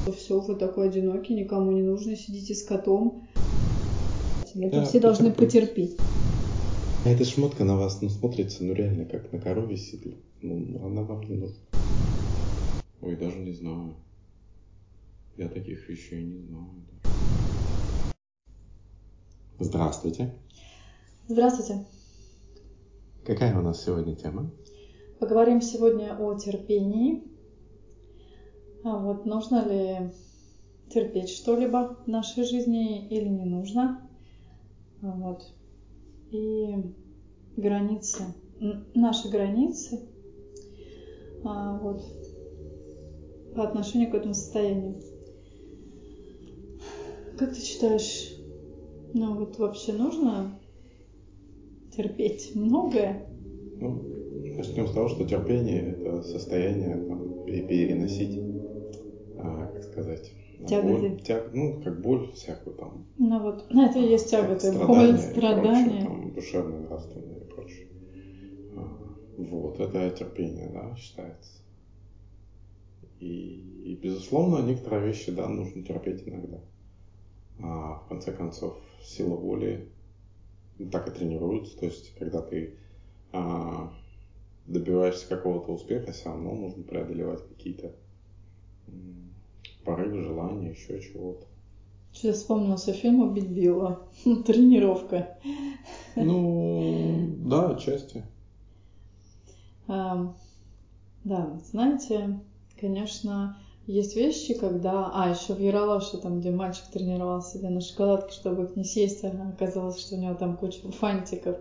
Все, вы такой одинокий, никому не нужны, сидите с котом. Это все должны потерпеть. Эта шмотка на вас, смотрится, реально, как на корове сидит. Она вам не нужна. Ой, даже не знаю. Я таких вещей не знаю. Здравствуйте. Здравствуйте. Какая у нас сегодня тема? Поговорим сегодня о терпении. Нужно ли терпеть что-либо в нашей жизни или не нужно? И границы, наши границы по отношению к этому состоянию. Как ты считаешь, вообще нужно терпеть многое? Начнем с того, что терпение – это состояние переносить, тяготы. Как боль всякую там. Это и есть тяготы, боль, страдания. Прочее, душевное, нравственное и прочее. Это терпение, да, считается. И безусловно, некоторые вещи, да, нужно терпеть иногда. В конце концов, сила воли так и тренируется. То есть, когда ты добиваешься какого-то успеха, все равно нужно преодолевать какие-то порывы, желания, еще чего-то. Сейчас вспомнился фильм «Убить Билла». Тренировка. Да, отчасти. Да, знаете, конечно, есть вещи, когда... еще в Яралаше, там, где мальчик тренировал себя на шоколадке, чтобы их не съесть, оказалось, что у него там куча фантиков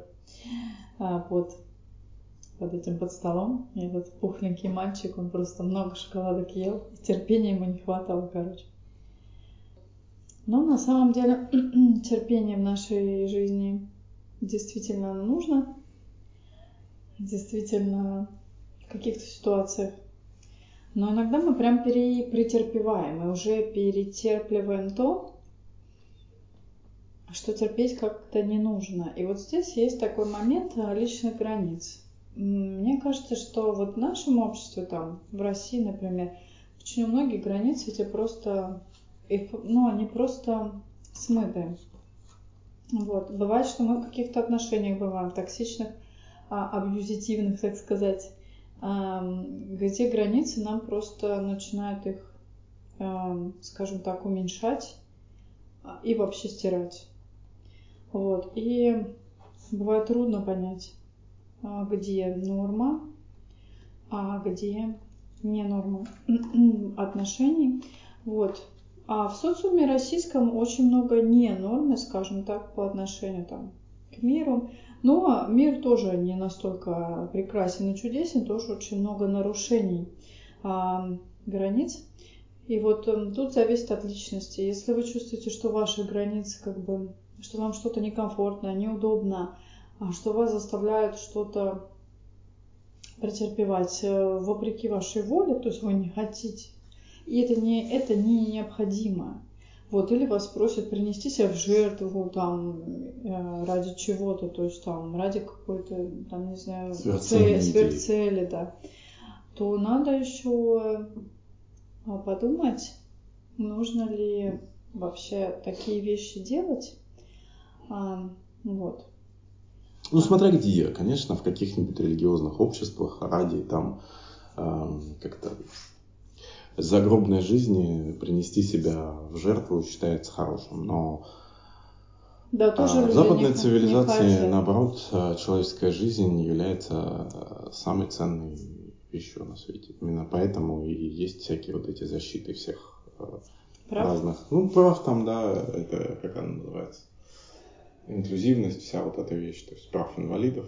под столом. И этот пухленький мальчик, он просто много шоколадок ел, и терпения ему не хватало, короче. Но на самом деле терпение в нашей жизни действительно нужно. Действительно в каких-то ситуациях. Но иногда мы прям претерпеваем, и уже перетерпливаем то, что терпеть как-то не нужно. И здесь есть такой момент личных границ. Мне кажется, что в нашем обществе, в России, например, очень многие границы эти просто, они просто смыты. Бывает, что мы в каких-то отношениях бываем токсичных, абьюзитивных, так сказать, где границы нам просто начинают их, скажем так, уменьшать и вообще стирать. И бывает трудно понять, где норма, а где не норма отношений. А в социуме российском очень много не нормы, скажем так, по отношению к миру. Но мир тоже не настолько прекрасен и чудесен, тоже очень много нарушений границ. И тут зависит от личности. Если вы чувствуете, что ваши границы, что вам что-то некомфортно, неудобно, что вас заставляют что-то претерпевать вопреки вашей воле, то есть вы не хотите, и это не необходимо. Или вас просят принести себя в жертву ради чего-то, то есть ради какой-то, не знаю, сверхцели, да, то надо еще подумать, нужно ли вообще такие вещи делать. Смотря где, конечно, в каких-нибудь религиозных обществах ради как-то загробной жизни принести себя в жертву считается хорошим, но в западной цивилизации, наоборот, человеческая жизнь является самой ценной вещью на свете. Именно поэтому и есть всякие эти защиты всех разных. Прав это как она называется? Инклюзивность, вся эта вещь, то есть прав инвалидов,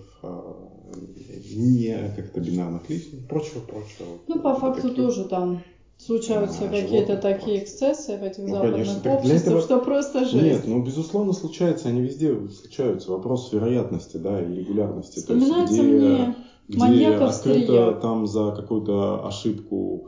не как-то бинарных личностей, прочего. По факту тоже случаются какие-то такие эксцессы в этих западных обществах, что просто жесть. Нет, безусловно, случается, они везде случаются. Вопрос вероятности, и регулярности. Вспоминается то есть, мне маньяков открыто за какую-то ошибку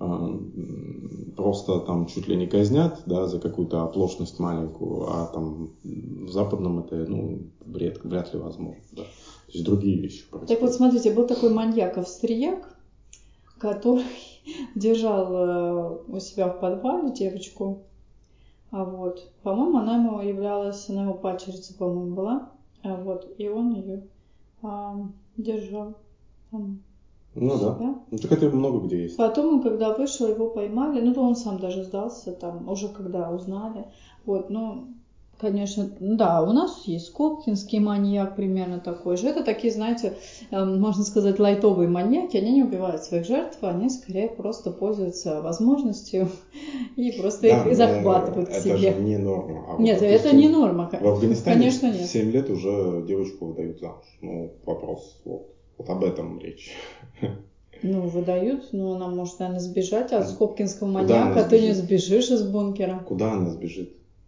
просто чуть ли не казнят, за какую-то оплошность маленькую, а в западном это, вряд ли возможно, да. То есть другие вещи происходят. Так смотрите, был такой маньяк-австрияк, который держал у себя в подвале девочку. По-моему, она его падчерицей, по-моему, была. И он ее держал там Ну себя. да. Ну так это много где есть. Потом он, когда вышел, его поймали. То он сам даже сдался там, уже когда узнали. Конечно, да, у нас есть скобкинский маньяк примерно такой же. Это такие, знаете, можно сказать, лайтовые маньяки. Они не убивают своих жертв, они скорее просто пользуются возможностью и просто их захватывают к себе. Это же не норма. Нет, допустим, это не норма. В Афганистане конечно, нет. в 7 лет уже девочку выдают замуж. Вопрос, вот об этом речь. Выдают, но она может, наверное, сбежать от скобкинского маньяка, а ты не сбежишь из бункера. Куда она сбежит?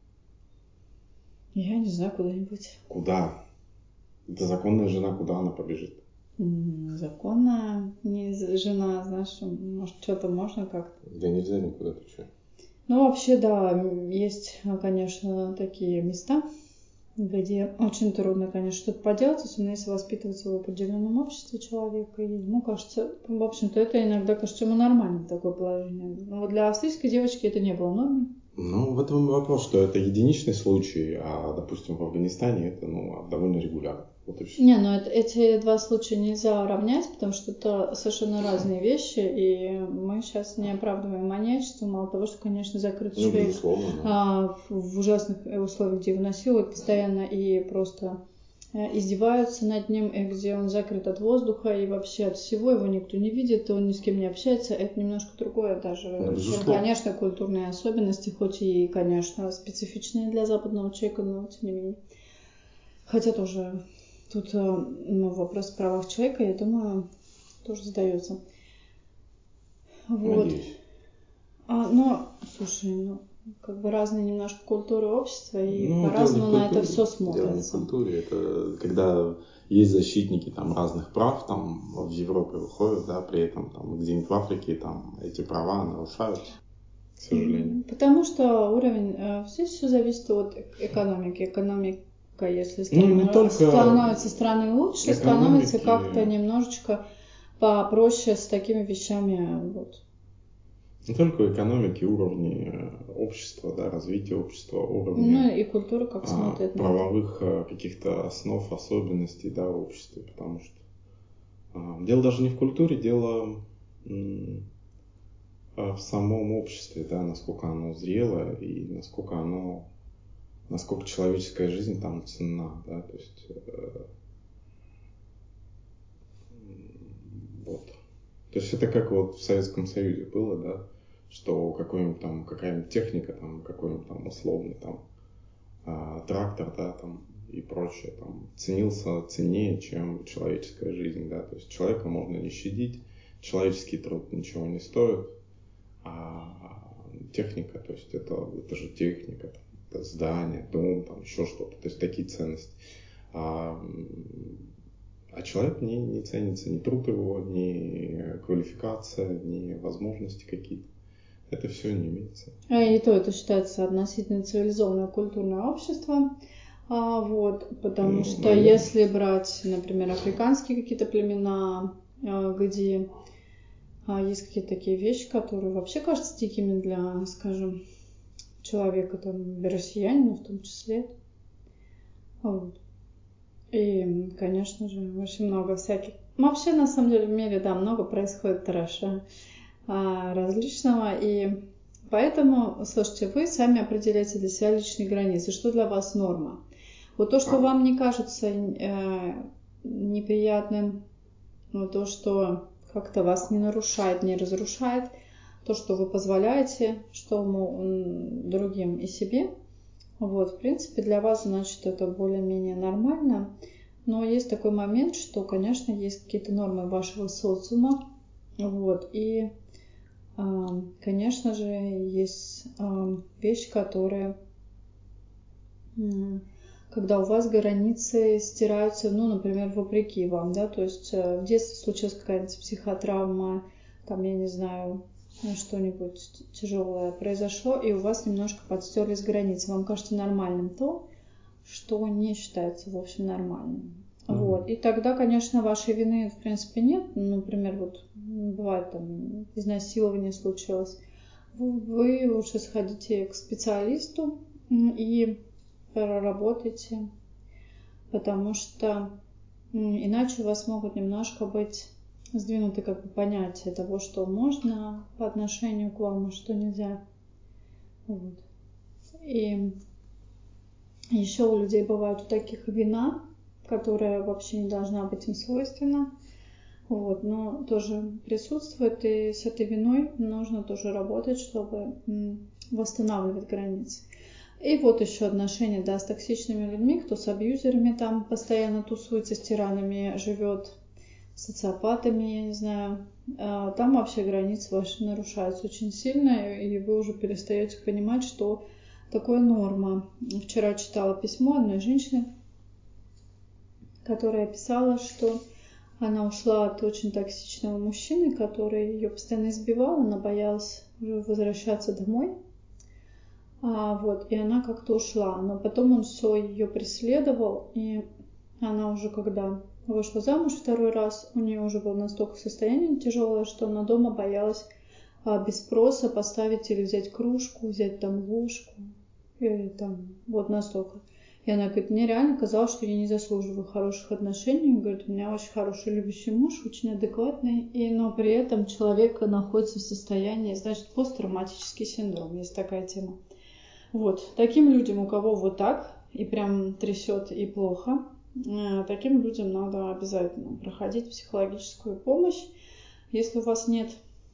Я не знаю, куда-нибудь. Куда? Это законная жена, куда она побежит? Законная не жена, знаешь, может, что-то можно как-то. Да нельзя никуда, ты что? Вообще, да, есть, конечно, такие места, где очень трудно, конечно, что-то поделать, особенно если воспитываться в определенном обществе человека. И ему кажется, в общем-то, это иногда кажется ему нормальным такое положение. Но для австрийской девочки это не было нормой. В этом вопрос, что это единичный случай, а, допустим, в Афганистане это довольно регулярно. Эти два случая нельзя равнять, потому что это совершенно разные вещи, и мы сейчас не оправдываем маньячество, мало того, что, конечно, закрытый человек в ужасных условиях, где его насилуют постоянно и просто издеваются над ним, и где он закрыт от воздуха и вообще от всего, его никто не видит, он ни с кем не общается, это немножко другое даже, чем, конечно, культурные особенности, хоть и, конечно, специфичные для западного человека, но тем не менее. Хотя тоже тут вопрос о правах человека, я думаю, тоже задается. Надеюсь. Слушай, разные немножко культуры общества, и по-разному на это все смотрится. Дело не в культуре, это когда есть защитники разных прав, в Европе выходят, да, при этом где-нибудь в Африке эти права нарушают, к сожалению. Потому что уровень, здесь все зависит от экономики. Экономика, если становится страной лучше, становится как-то немножечко попроще с такими вещами. Не только экономики, уровни общества, да, развития общества, уровня и культура как смотрит правовых каких-то основ, особенностей, да, в обществе, потому что дело даже не в культуре, дело в самом обществе, да, насколько оно зрело и насколько человеческая жизнь там ценна, да, то есть То есть это как в Советском Союзе было, да, что какая-нибудь техника, какой-нибудь условный трактор, да, и прочее, ценился ценнее, чем человеческая жизнь, да, то есть человека можно не щадить, человеческий труд ничего не стоит, а техника, то есть это же техника, это здание, дом, еще что-то, то есть такие ценности. А человек не ценится, ни труд его, ни квалификация, ни возможности какие-то. Это все не имеется. И то это считается относительно цивилизованное культурное общество. Потому что наверное, если брать, например, африканские какие-то племена, где есть какие-то такие вещи, которые вообще кажутся дикими для, скажем, человека, россиянина в том числе. И, конечно же, очень много всяких... Вообще, на самом деле, в мире, да, много происходит трэша различного. И поэтому, слушайте, вы сами определяете для себя личные границы. Что для вас норма? То, что вам не кажется неприятным, то, что как-то вас не нарушает, не разрушает, то, что вы позволяете, что другим и себе, в принципе, для вас, значит, это более-менее нормально. Но есть такой момент, что, конечно, есть какие-то нормы вашего социума. И, конечно же, есть вещи, которые, когда у вас границы стираются, например, вопреки вам, да, то есть в детстве случилась какая-нибудь психотравма, я не знаю, что-нибудь тяжелое произошло, и у вас немножко подстерлись границы. Вам кажется нормальным то, что не считается, в общем, нормальным. Вот. И тогда, конечно, вашей вины, в принципе, нет. Например, вот бывает там изнасилование случилось. Вы лучше сходите к специалисту и проработайте, потому что иначе у вас могут немножко быть сдвинуты как бы понятия того, что можно по отношению к вам, а что нельзя. Вот. И еще у людей бывает у таких вина, которая вообще не должна быть им свойственна. Вот, но тоже присутствует, и с этой виной нужно тоже работать, чтобы восстанавливать границы. И вот еще отношения, да, с токсичными людьми, кто с абьюзерами там постоянно тусуется, с тиранами живет, с социопатами, я не знаю. Там вообще границы ваши нарушаются очень сильно, и вы уже перестаете понимать, что такое норма. Вчера читала письмо одной женщины, которая писала, что она ушла от очень токсичного мужчины, который ее постоянно избивал, она боялась уже возвращаться домой. Вот, и она как-то ушла. Но потом он все ее преследовал, и она уже, когда вышла замуж второй раз, у нее уже было настолько состояние тяжелое, что она дома боялась без спроса поставить или взять кружку, взять там ложку, или там, вот настолько. И она говорит, мне реально казалось, что я не заслуживаю хороших отношений. Говорит, у меня очень хороший любящий муж, очень адекватный, но при этом человек находится в состоянии, значит, посттравматический синдром, есть такая тема. Вот, таким людям, у кого вот так, и прям трясет, и плохо, таким людям надо обязательно проходить психологическую помощь. Если у вас нет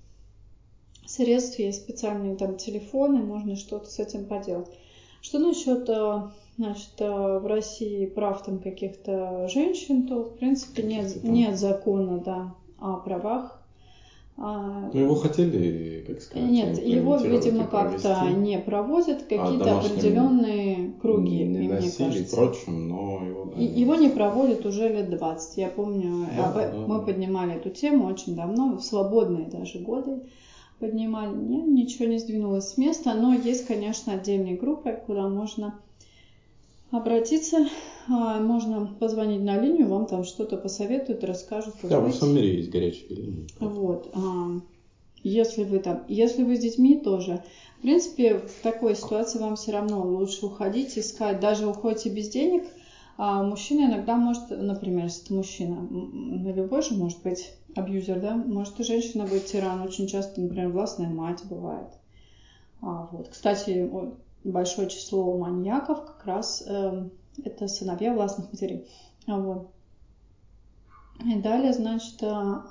средств, есть специальные там телефоны, можно что-то с этим поделать. Что насчет, значит, в России прав там каких-то женщин, то, в принципе, нет закона, да, о правах. Ну, его хотели, как сказать, нет, его, видимо, как-то не проводят, какие-то определенные круги, не мне насилии и кажется. прочим, но его не проводят уже лет 20. Я помню, мы поднимали эту тему очень давно, в свободные даже годы поднимали. Ничего не сдвинулось с места, но есть, конечно, отдельные группы, куда можно обратиться, можно позвонить на линию, вам там что-то посоветуют, расскажут, как да, быть. во всем мире есть горячие линии. Вот. Если вы с детьми тоже. В принципе, в такой ситуации вам все равно лучше уходить, искать. Даже уходите без денег. Мужчина иногда может, например, если это мужчина, любой же может быть абьюзер, да? Может и женщина быть тиран. Очень часто, например, властная мать бывает. Вот. Кстати, большое число маньяков как раз это сыновья властных матерей. Вот. И далее, значит,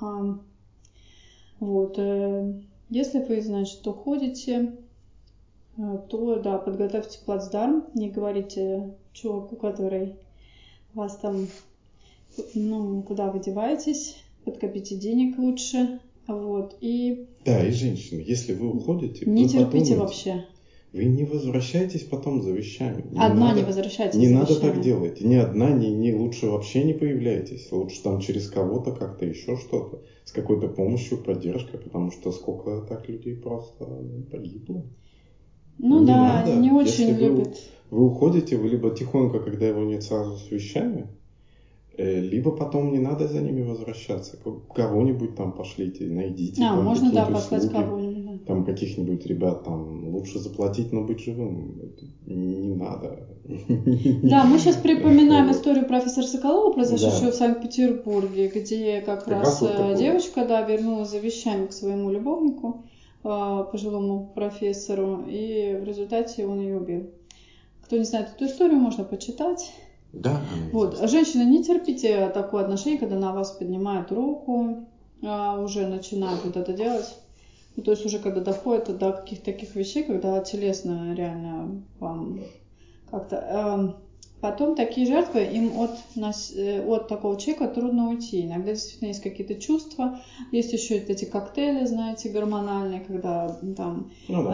вот, если вы, значит, уходите, то, да, подготовьте плацдарм, не говорите чуваку, который вас там, куда вы деваетесь, подкопите денег лучше, вот, и... Да, и женщины, если вы уходите, не вы терпите подумайте, вообще. Вы не возвращайтесь потом за вещами. Не возвращайтесь не за надо вещами. так делать. Ни одна, ни лучше вообще не появляйтесь. Лучше там через кого-то как-то еще что-то. С какой-то помощью, поддержкой. Потому что сколько так людей просто погибло. Не надо. Не очень Если любят. вы уходите, вы либо тихонько, когда его нет, сразу с вещами, либо потом не надо за ними возвращаться. Кого-нибудь там пошлите, найдите там можно, какие-нибудь послать услуги, кого-нибудь, да. там каких-нибудь ребят там лучше заплатить, но быть живым. Это не надо. Да, мы сейчас припоминаем историю профессора Соколова, произошедшую в Санкт-Петербурге, где как раз девочка, вернулась за вещами к своему любовнику, пожилому профессору, и в результате он ее убил. Кто не знает эту историю, можно почитать. Да, вот. Женщины, не терпите такое отношение, когда на вас поднимают руку, уже начинают вот это делать. То есть уже когда доходит до каких-то таких вещей, когда телесно реально вам как-то... Потом такие жертвы, им от такого человека трудно уйти. Иногда действительно есть какие-то чувства. Есть еще эти коктейли, знаете, гормональные, когда там...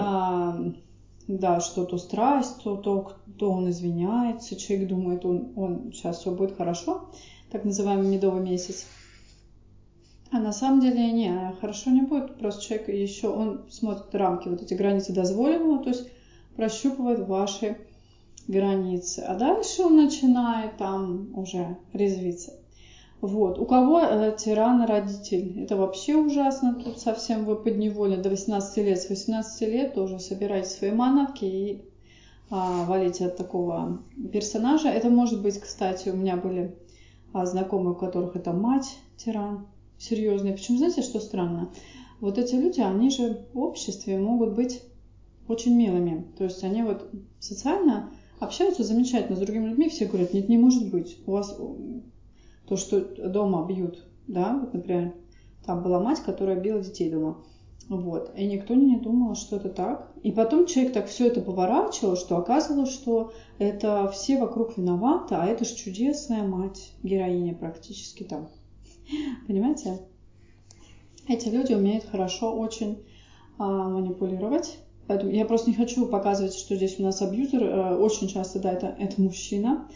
что то страсть, то он извиняется, человек думает, он сейчас все будет хорошо, так называемый медовый месяц. А на самом деле хорошо не будет, просто человек он смотрит рамки, вот эти границы дозволенного, то есть прощупывает ваши границы, а дальше он начинает там уже резвиться. Вот. У кого тиран родитель, это вообще ужасно, тут совсем вы подневольны до 18 лет. С 18 лет тоже собирайте свои мановки и валите от такого персонажа. Это может быть, кстати, у меня были знакомые, у которых это мать тиран, серьезный. Причем, знаете, что странно? Вот эти люди, они же в обществе могут быть очень милыми. То есть они вот социально общаются замечательно с другими людьми, все говорят, нет, не может быть. У вас то, что дома бьют, да, вот, например, там была мать, которая била детей дома. Вот. И никто не думал, что это так. И потом человек так все это поворачивал, что оказывалось, что это все вокруг виноваты, а это ж чудесная мать, героиня практически там. Понимаете? Эти люди умеют хорошо очень манипулировать. Поэтому я просто не хочу показывать, что здесь у нас абьюзер. Очень часто, да, это мужчина.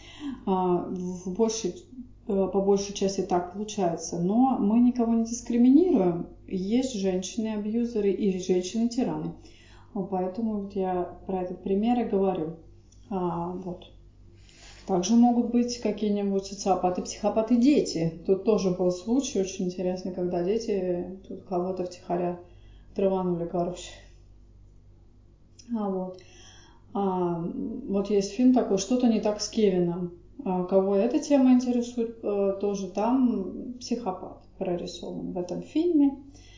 По большей части так получается. Но мы никого не дискриминируем. Есть женщины-абьюзеры и женщины-тираны. Поэтому вот я про этот пример и говорю. Вот. Также могут быть какие-нибудь социопаты, психопаты, дети. Тут тоже был случай очень интересный, когда дети тут кого-то втихаря траванули, короче. Вот есть фильм такой «Что-то не так с Кевином». Кого эта тема интересует, тоже там психопат прорисован в этом фильме.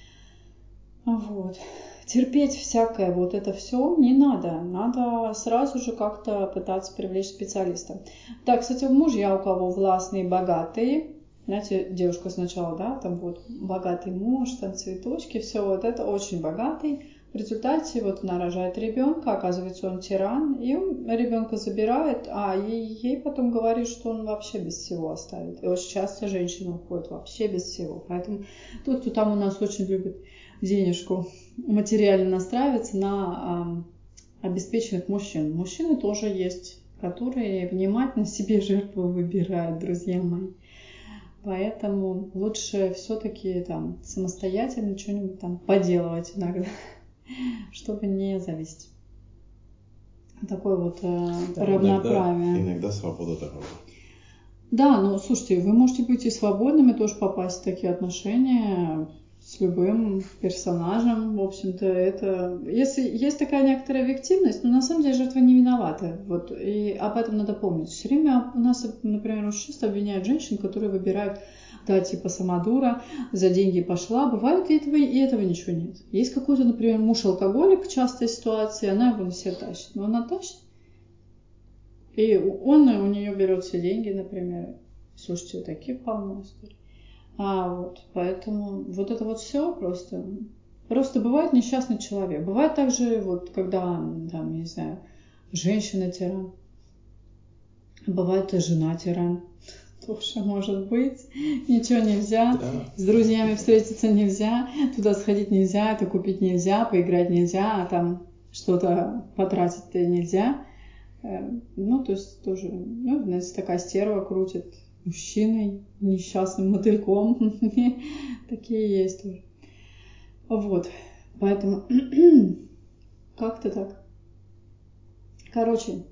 Вот. Терпеть всякое вот это все не надо. Надо сразу же как-то пытаться привлечь специалиста. Так, кстати, мужья у кого властные, богатые. Знаете, девушка сначала, да, там вот богатый муж, там цветочки, все вот это очень богатый. В результате вот она рожает ребенка, оказывается, он тиран, и он ребенка забирает, ей потом говорит, что он вообще без всего оставит. И очень часто женщина уходит вообще без всего. Поэтому тот, кто там у нас очень любит денежку материально настраиваться на обеспеченных мужчин. Мужчины тоже есть, которые внимательно себе жертву выбирают, друзья мои. Поэтому лучше все-таки там самостоятельно что-нибудь там поделывать иногда, чтобы не зависеть. Такое вот равноправие. Иногда свобода дорога. Да, но слушайте, вы можете быть и свободными, тоже попасть в такие отношения с любым персонажем. В общем-то, это... Если есть такая некоторая объективность, но на самом деле жертва не виновата. Вот, и об этом надо помнить. Все время у нас, например, очень часто обвиняют женщин, которые выбирают, да, типа сама дура, за деньги пошла. Бывает и этого ничего нет. Есть какой-то, например, муж-алкоголик, частая ситуация, она его на себя тащит. Но она тащит. И он у нее берет все деньги, например. Слушайте, такие полно историй. Поэтому вот это вот все просто бывает несчастный человек. Бывает также, вот, когда, там, не знаю, женщина-тиран. Бывает и жена-тиран. Тоже может быть. Ничего нельзя. Да. С друзьями встретиться нельзя. Туда сходить нельзя. Это купить нельзя. Поиграть нельзя. А там что-то потратить нельзя. То есть тоже, знаете, такая стерва крутит мужчиной, несчастным мотыльком. Такие есть тоже. Вот. Поэтому как-то так. Короче,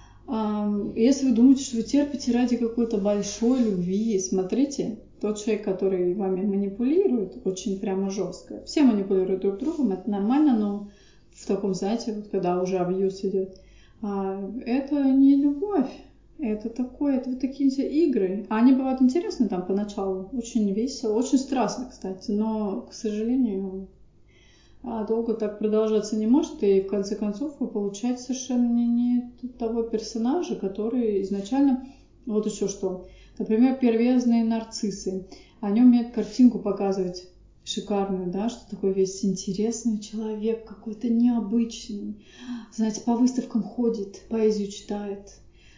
если вы думаете, что вы терпите ради какой-то большой любви, смотрите, тот человек, который вами манипулирует, очень прямо жестко. Все манипулируют друг другом, это нормально, но в таком, знаете, вот когда уже абьюз идет, это не любовь. Это вот такие игры. Они бывают интересны там поначалу, очень весело, очень страстно, кстати, но, к сожалению, долго так продолжаться не может, и в конце концов вы получаете совершенно не того персонажа, который изначально... Вот еще что. Например, перверзные нарциссы. Они умеют картинку показывать шикарную, да, что такой весь интересный человек, какой-то необычный. Знаете, по выставкам ходит, поэзию читает.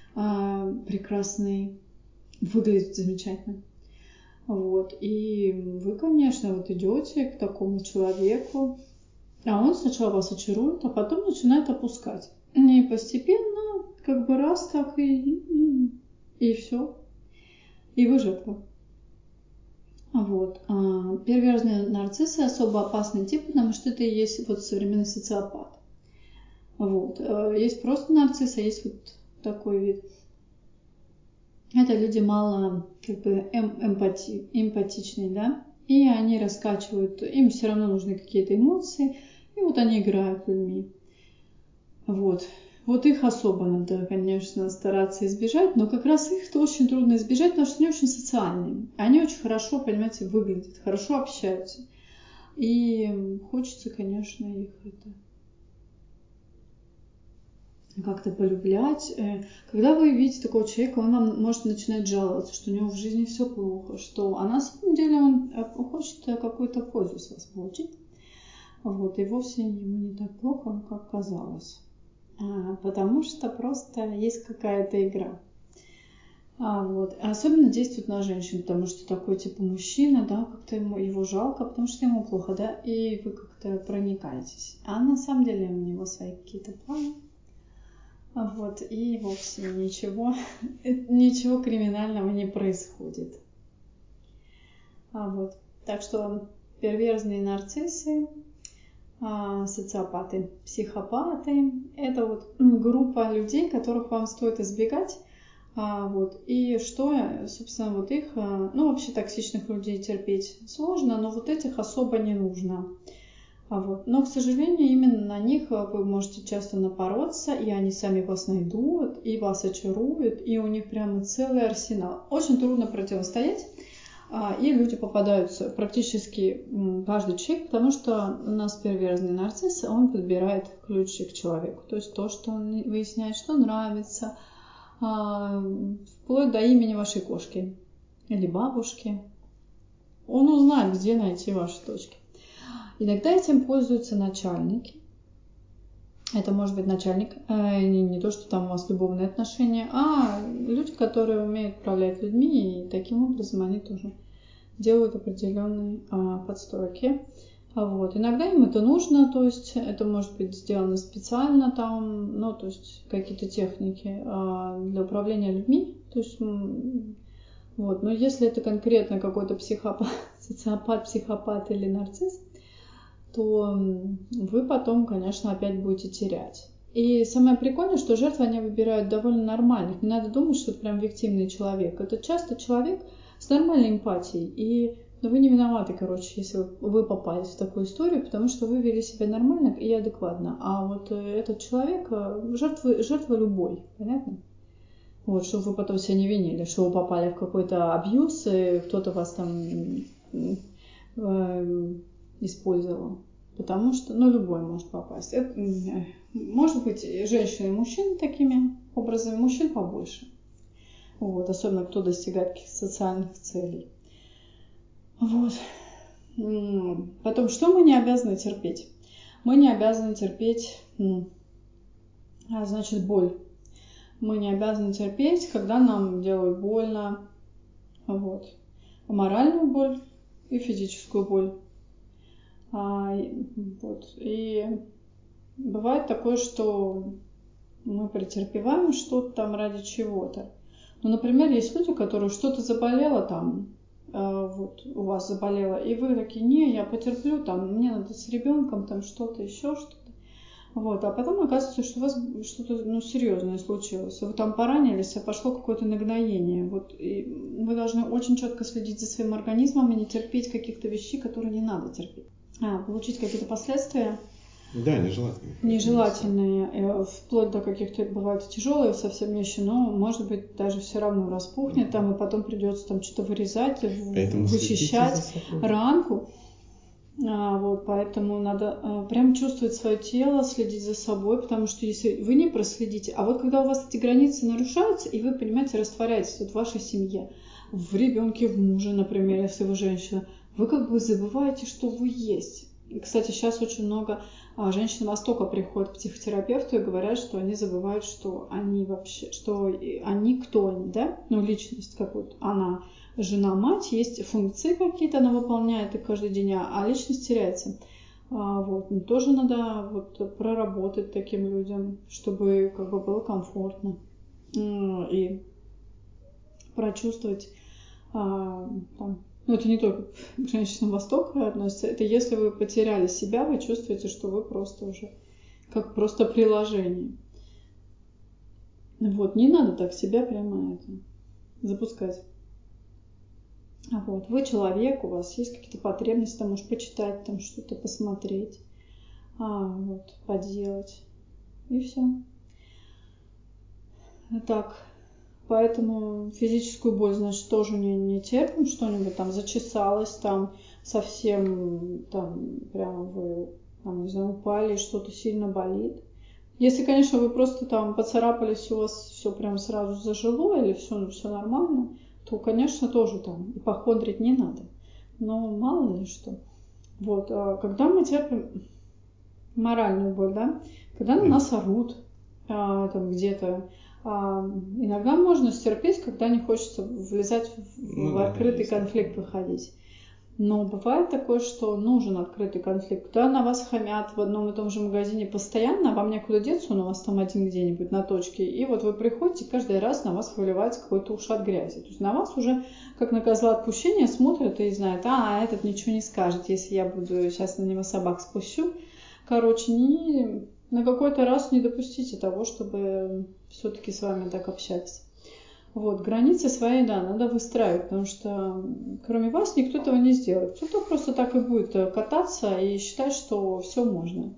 Прекрасный, выглядит замечательно. Вот. И вы, конечно, вот идете к такому человеку, а он сначала вас очарует, а потом начинает опускать. И постепенно, как бы раз так и все. И вы жертва. Вот. Перверзные нарциссы особо опасный тип, потому что это и есть вот современный социопат. Вот. Есть просто нарцисс, а есть вот такой вид. Это люди мало эмпатичные, да, и они раскачивают, им все равно нужны какие-то эмоции, и вот они играют людьми. Вот их особо надо, конечно, стараться избежать, но как раз их-то очень трудно избежать, потому что они очень социальные. Они очень хорошо, понимаете, выглядят, хорошо общаются. И хочется, конечно, их как-то полюблять. Когда вы видите такого человека, он вам может начинать жаловаться, что у него в жизни все плохо, а на самом деле он хочет какую-то пользу с вас получить. И вовсе ему не так плохо, как казалось. Потому что просто есть какая-то игра. Особенно действует на женщин, потому что такой типа мужчина, да, как-то его жалко, потому что ему плохо, да, и вы как-то проникаетесь. А на самом деле у него свои какие-то планы. И вовсе ничего криминального не происходит. Так что перверзные нарциссы, социопаты, психопаты – это группа людей, которых вам стоит избегать. И что, собственно, их, вообще токсичных людей терпеть сложно, но этих особо не нужно. Но, к сожалению, именно на них вы можете часто напороться, и они сами вас найдут, и вас очаруют, и у них прямо целый арсенал. Очень трудно противостоять, и люди попадаются практически каждый человек, потому что у нас перверзный нарцисс, он подбирает ключи к человеку. То есть то, что он выясняет, что нравится, вплоть до имени вашей кошки или бабушки. Он узнает, где найти ваши точки. Иногда этим пользуются начальники. Это может быть начальник, не то, что там у вас любовные отношения, а люди, которые умеют управлять людьми, и таким образом они тоже делают определенные подстройки. Иногда им это нужно, то есть это может быть сделано специально там, то есть какие-то техники для управления людьми, то есть но если это конкретно какой-то психопат, социопат, психопат или нарцисс, то вы потом, конечно, опять будете терять. И самое прикольное, что жертвы они выбирают довольно нормальных. Не надо думать, что это прям виктимный человек. Это часто человек с нормальной эмпатией. И вы не виноваты, если вы попались в такую историю, потому что вы вели себя нормально и адекватно. А этот человек жертва любой. Понятно? Чтобы вы потом себя не винили, что вы попали в какой-то абьюз, и кто-то вас там использовал. Потому что, любой может попасть. Это, может быть, женщины и мужчины такими образами, мужчин побольше. Особенно кто достигает каких-то социальных целей. Потом, что мы не обязаны терпеть? Мы не обязаны терпеть, боль. Мы не обязаны терпеть, когда нам делают больно. Моральную боль и физическую боль. И бывает такое, что мы претерпеваем что-то там ради чего-то. Например, есть люди, которые что-то заболело там, у вас заболело, и вы такие: не, я потерплю, там, мне надо с ребенком, там что-то, еще что-то. А потом оказывается, что у вас что-то серьезное случилось. Вы там поранились, а пошло какое-то нагноение. И вы должны очень четко следить за своим организмом и не терпеть каких-то вещей, которые не надо терпеть. Получить какие-то последствия. Да, нежелательные. Нежелательные, вплоть до каких-то, бывает, тяжелые совсем вещи, но, может быть, даже все равно распухнет, там, и потом придется там что-то вырезать, вычищать ранку. Поэтому надо прям чувствовать свое тело, следить за собой, потому что если вы не проследите, когда у вас эти границы нарушаются, и вы, понимаете, растворяетесь в вашей семье, в ребенке, в муже, например, если вы женщина, вы забываете, что вы есть. И, кстати, сейчас очень много женщин Востока приходят к психотерапевту и говорят, что они забывают, что они вообще, что они кто они, да? Личность какую-то, она жена, мать, есть функции какие-то, она выполняет их каждый день, а личность теряется. Тоже надо проработать таким людям, чтобы было комфортно. И прочувствовать это не только к женщинам Востока относится, это если вы потеряли себя, вы чувствуете, что вы просто уже как просто приложение. Вот, не надо так себя прямо запускать. Вот, вы человек, у вас есть какие-то потребности, там, может, почитать, там, что-то посмотреть, вот, поделать, и все. Так, поэтому физическую боль, значит, тоже не терпим, что-нибудь там зачесалось, там, совсем, там, прям вы, там, не знаю, упали, что-то сильно болит. Если, конечно, вы просто там поцарапались, у вас все прям сразу зажило или все нормально, то, конечно, тоже там ипохондрить не надо. Но мало ли что. Вот, когда мы терпим моральную боль, да, когда на нас орут там где-то, иногда можно стерпеть, когда не хочется влезать в открытый конфликт, выходить. Но бывает такое, что нужен открытый конфликт. Когда на вас хамят в одном и том же магазине постоянно, вам некуда деться, он у вас там один где-нибудь на точке. И вот вы приходите, каждый раз на вас выливается какой-то ушат грязи. То есть на вас уже, как на козла отпущения, смотрят и знают, этот ничего не скажет, если я буду сейчас на него собак спущу. Короче, на какой-то раз не допустите того, чтобы все-таки с вами так общались. Вот, границы свои, да, надо выстраивать, потому что кроме вас никто этого не сделает. Кто-то просто так и будет кататься и считать, что все можно.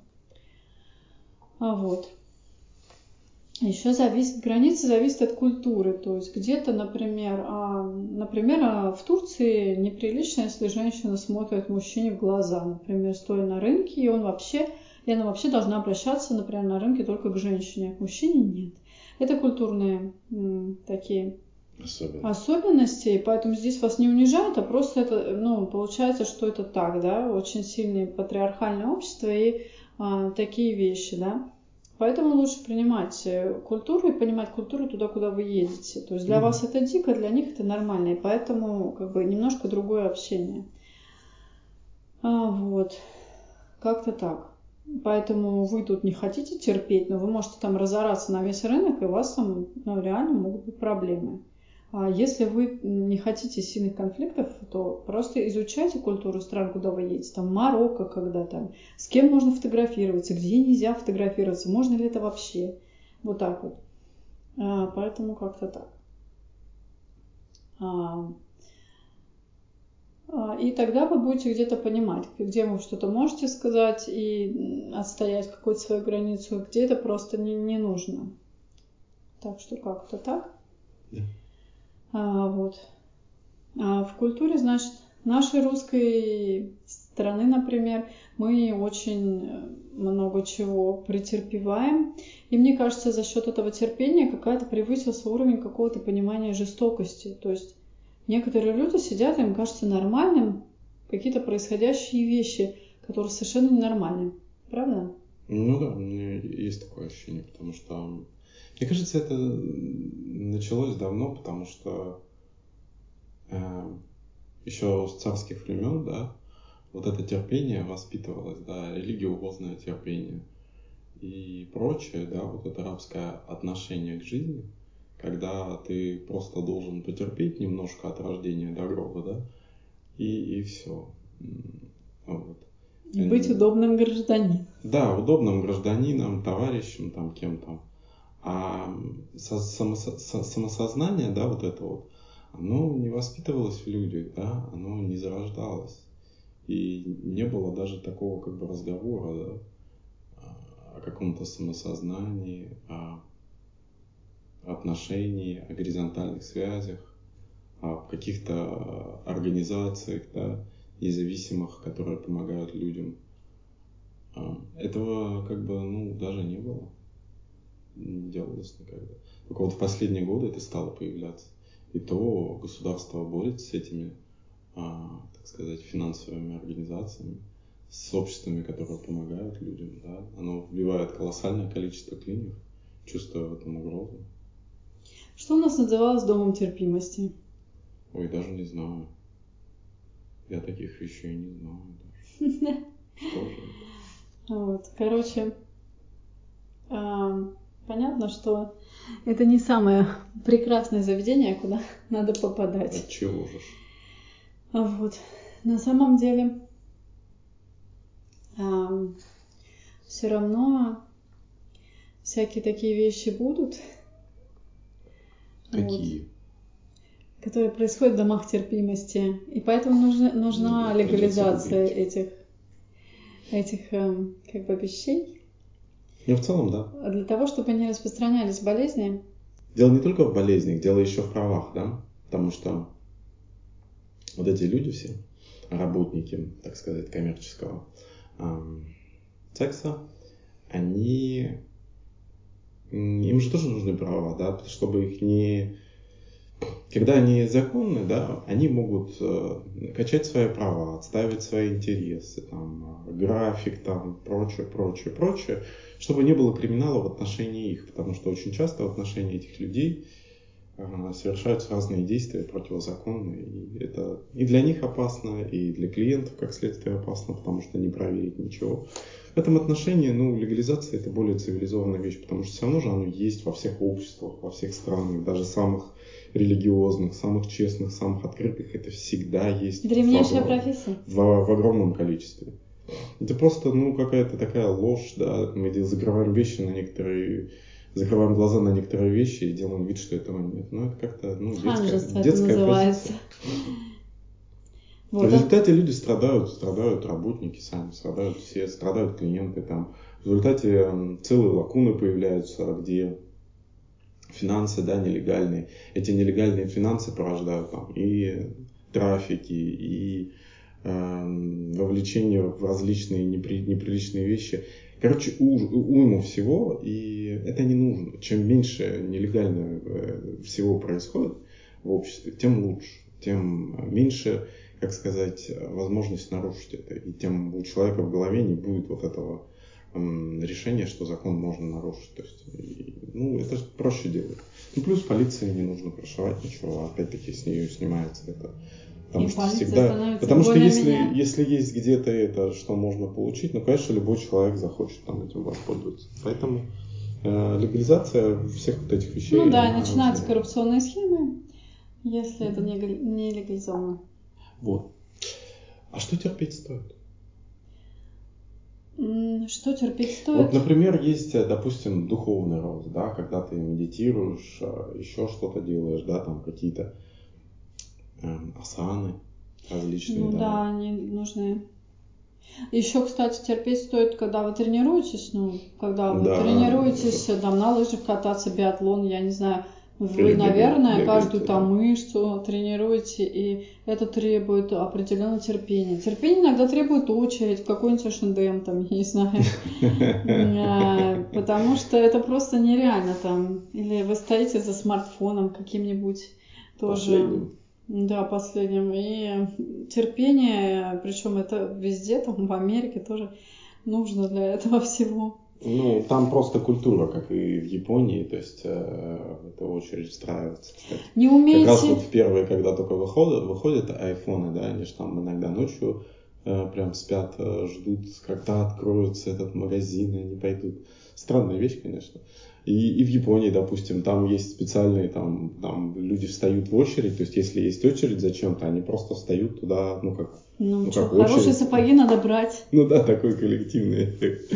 Вот. Еще границы зависят от культуры. То есть где-то, например, в Турции неприлично, если женщина смотрит мужчине в глаза, например, стоя на рынке, и она вообще должна обращаться, например, на рынке только к женщине, а к мужчине нет. Это культурные такие особенности, и поэтому здесь вас не унижают, а просто это, получается, что это так, да, очень сильное патриархальное общество и такие вещи, да. Поэтому лучше принимать культуру и понимать культуру туда, куда вы едете. То есть для вас это дико, для них это нормально, и поэтому как бы немножко другое общение. Вот, как-то так. Поэтому вы тут не хотите терпеть, но вы можете там разораться на весь рынок, и у вас там реально могут быть проблемы. А если вы не хотите сильных конфликтов, то просто изучайте культуру стран, куда вы едете. Там Марокко, когда там, с кем можно фотографироваться, где нельзя фотографироваться, можно ли это вообще. Вот так вот. Поэтому как-то так. И тогда вы будете где-то понимать, где вы что-то можете сказать и отстоять какую-то свою границу, где это просто не нужно. Так что как-то так. Вот. В культуре, значит, нашей русской страны, например, мы очень много чего претерпеваем. И мне кажется, за счет этого терпения какая-то превысился уровень какого-то понимания жестокости. То есть некоторые люди сидят, им кажется нормальным какие-то происходящие вещи, которые совершенно ненормальны. Правда? Ну да, у меня есть такое ощущение, потому что, мне кажется, это началось давно, потому что еще с царских времен, да, вот это терпение воспитывалось, да, религиозное терпение и прочее, да, вот это рабское отношение к жизни, когда ты просто должен потерпеть немножко от рождения до гроба, да, и все. Вот. И быть удобным гражданином. Да, удобным гражданином, товарищем, там, кем-то. А самосознание, да, вот это вот, оно не воспитывалось в людях, да, оно не зарождалось. И не было даже такого как бы разговора, да, о каком-то самосознании, о отношении, о горизонтальных связях, о каких-то организациях, да, независимых, которые помогают людям. Этого как бы, даже не было. Не делалось никогда. Только вот в последние годы это стало появляться. И то государство борется с этими, так сказать, финансовыми организациями, с обществами, которые помогают людям. Да? Оно вбивает колоссальное количество клиник, чувствуя в этом угрозу. Что у нас называлось домом терпимости? Ой, даже не знаю. Я таких вещей не знаю даже. Что же это? Вот, короче, понятно, что это не самое прекрасное заведение, куда надо попадать. Отчего же? Вот. На самом деле, все равно всякие такие вещи будут. Какие? Вот, которые происходят в домах терпимости. И поэтому нужна легализация этих как бы вещей. Ну, в целом, да. Для того, чтобы не распространялись болезни. Дело не только в болезнях, дело еще в правах, да? Потому что вот эти люди все, работники, так сказать, коммерческого секса, им же тоже нужны права, да, чтобы их не... Когда они законны, да, они могут качать свои права, отстаивать свои интересы, там, график, там, прочее, чтобы не было криминала в отношении их, потому что очень часто в отношении этих людей совершаются разные действия противозаконные, и это и для них опасно, и для клиентов, как следствие, опасно, потому что не проверить ничего. В этом отношении, легализация — это более цивилизованная вещь, потому что все равно же оно есть во всех обществах, во всех странах, даже самых религиозных, самых честных, самых открытых, это всегда есть древнейшая профессия. В огромном количестве. Это просто, какая-то такая ложь, да, мы закрываем глаза на некоторые вещи и делаем вид, что этого нет. Это как-то, Ханжество это детская называется. В результате люди страдают работники сами, страдают клиенты там. В результате целые лакуны появляются, где финансы, да, нелегальные. Эти нелегальные финансы порождают там и трафики, и вовлечение в различные неприличные вещи. Короче, уйму всего, и это не нужно. Чем меньше нелегально всего происходит в обществе, тем лучше. Тем меньше, как сказать, возможность нарушить это. И тем у человека в голове не будет вот этого решения, что закон можно нарушить. То есть, это же проще делать. Плюс полиции не нужно прошивать ничего, опять-таки с нее снимается это. Потому что если есть где-то это, что можно получить, конечно, любой человек захочет этим воспользоваться. Поэтому легализация всех вот этих вещей. Начинаются коррупционные схемы, если это не легализовано. Вот. А что терпеть стоит? Что терпеть стоит? Вот, например, есть, допустим, духовный рост, да, когда ты медитируешь, еще что-то делаешь, да, там какие-то асаны различные. Да, они нужны. Еще, кстати, терпеть стоит, когда вы тренируетесь, там на лыжах кататься, биатлон, я не знаю, вы, наверное, каждую там мышцу тренируете, и это требует определенного терпения. Терпение иногда требует очередь в какой-нибудь H&M, там, я не знаю, потому что это просто нереально там. Или вы стоите за смартфоном каким-нибудь тоже. Последним. И терпение, причем это везде, там в Америке тоже нужно для этого всего. Там просто культура, как и в Японии, то есть эта очередь встраивается, кстати. Не умеете... Как раз вот в первые, когда только выходят айфоны, да, они же там иногда ночью прям спят, ждут, когда откроется этот магазин, и они пойдут. Странная вещь, конечно. И в Японии, допустим, там есть специальные, там люди встают в очередь, то есть если есть очередь зачем-то, они просто встают туда, как хорошие сапоги надо брать. Такой коллективный эффект.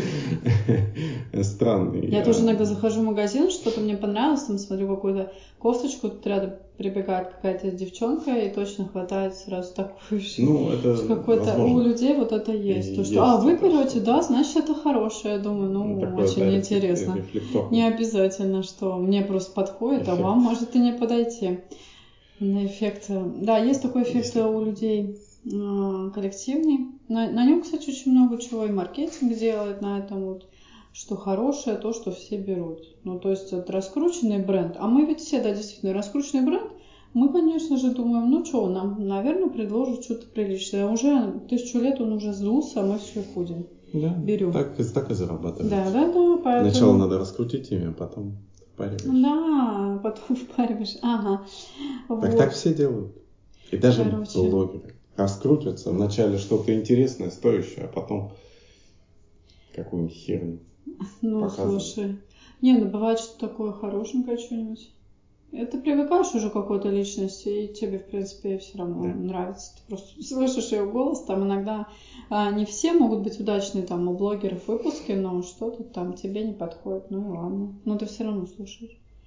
Странный. Я тоже иногда захожу в магазин, что-то мне понравилось, там смотрю какую-то кофточку, тут рядом прибегает какая-то девчонка и точно хватает сразу такую же. Это какой-то у людей вот это есть. То, что, вы берете, да, значит это хорошее. Я думаю, очень интересно. Не обязательно, что мне просто подходит, а вам может и не подойти. Эффект. Да, есть такой эффект у людей коллективный. На нем, кстати, очень много чего и маркетинг делает на этом вот. Что хорошее, то, что все берут. То есть это раскрученный бренд. А мы ведь все, да, действительно, раскрученный бренд. Мы, конечно же, думаем, нам, наверное, предложат что-то приличное. Уже 1000 лет он уже сдулся, а мы все ходим. Да, берем. Так и зарабатываем. Да, поэтому... Сначала надо раскрутить ими, а потом впариваешь. Да, потом впариваешь. Ага. Так все делают. И даже блогеры раскрутятся. Вначале что-то интересное, стоящее, а потом какую-нибудь херню. Слушай. Бывает, что такое хорошенькое что-нибудь. Ты привыкаешь уже к какой-то личности, и тебе, в принципе, все равно нравится. Ты просто слышишь ее голос. Там иногда не все могут быть удачные там у блогеров выпуски, но что-то там тебе не подходит. И ладно. Но ты все равно слушаешь.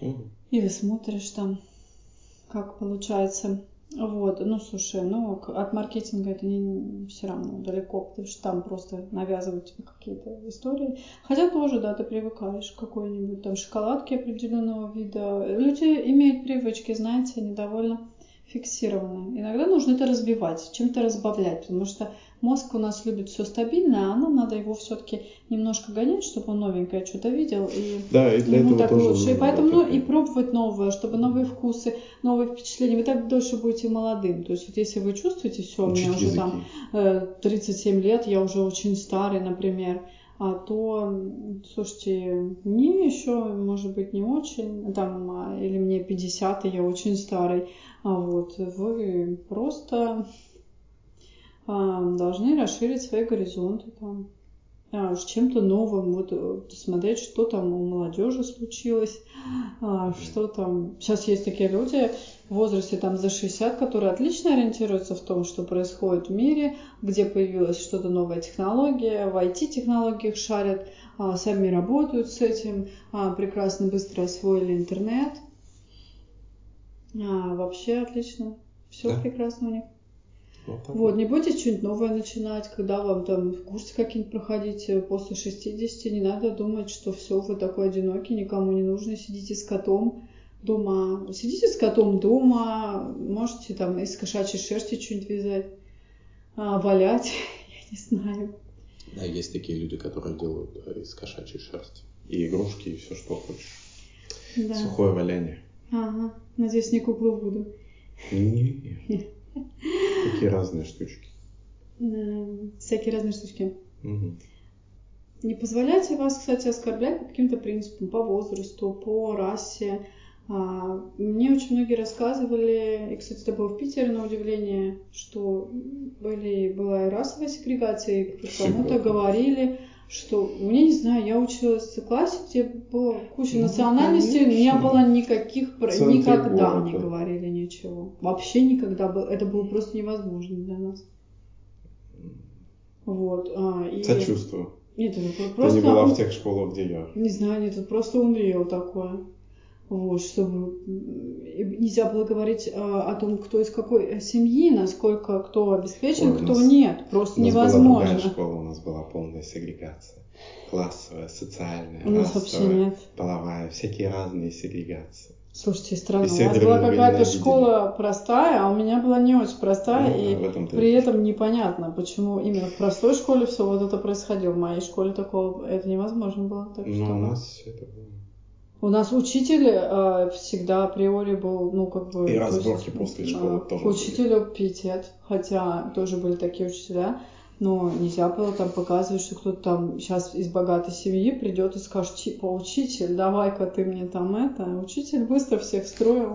Или смотришь там, как получается. Вот, ну слушай, ну от маркетинга это не все равно далеко, потому что там просто навязывают тебе какие-то истории. Хотя тоже, да, ты привыкаешь к какой-нибудь там шоколадке определенного вида. Люди имеют привычки, знаете, они довольно фиксированные. Иногда нужно это разбивать, чем-то разбавлять, потому что мозг у нас любит все стабильное, а нам надо его все-таки немножко гонять, чтобы он новенькое что-то видел. И да, и для ему этого так тоже лучше. нужно, И поэтому да, и пробовать новое, чтобы новые вкусы, новые впечатления. Вы так дольше будете молодым. То есть вот если вы чувствуете, все, у меня уже языки. там 37 лет, я уже очень старый, например, то, слушайте, мне еще, может быть, не очень, там, или мне 50, и я очень старый, вот, вы просто должны расширить свои горизонты, там, с чем-то новым, вот смотреть, что там у молодежи случилось, что там. Сейчас есть такие люди в возрасте там за 60, которые отлично ориентируются в том, что происходит в мире, где появилась что-то новая технология, в IT-технологиях шарят, сами работают с этим, прекрасно быстро освоили интернет. Вообще отлично, все прекрасно у них. Вот, не бойтесь что-нибудь новое начинать, когда вам там курсы какие-нибудь проходить после 60, не надо думать, что все, вы такой одинокий, никому не нужны, сидите с котом дома. Сидите с котом дома, можете там из кошачьей шерсти что-нибудь вязать, валять, я не знаю. Да, есть такие люди, которые делают из кошачьей шерсти и игрушки, и все, что хочешь. Да. Сухое валяние. Ага, надеюсь, не куклу Вуду. Нет. Такие разные штучки. Всякие разные штучки. Угу. Не позволяйте вас, кстати, оскорблять по каким-то принципам, по возрасту, по расе. Мне очень многие рассказывали, и, кстати, это было в Питере на удивление, что была и расовая сегрегация, и кому-то говорили, что, я не знаю, я училась в классе, где была куча национальностей, не было никаких, никогда не говорили ничего. Вообще никогда, это было просто невозможно для нас. Вот. Сочувствую. Нет, это просто... Ты не была в тех школах, где я. Не знаю, нет, это просто Unreal такое. Вот, чтобы нельзя было говорить о том, кто из какой семьи, насколько кто обеспечен, кто нет. Просто невозможно. У нас была другая школа, у нас была полная сегрегация. Классовая, социальная, расовая, половая, всякие разные сегрегации. Слушайте, странно, у вас была какая-то школа простая, а у меня была не очень простая, и при этом непонятно, почему именно в простой школе все вот это происходило. В моей школе такого это невозможно было. Так что у нас это было. У нас учитель всегда априори был, И разборки после школы тоже к учителю пиетет, хотя тоже были такие учителя. Но нельзя было там показывать, что кто-то там сейчас из богатой семьи придет и скажет, типа, учитель, давай-ка ты мне там это. Учитель быстро всех строил.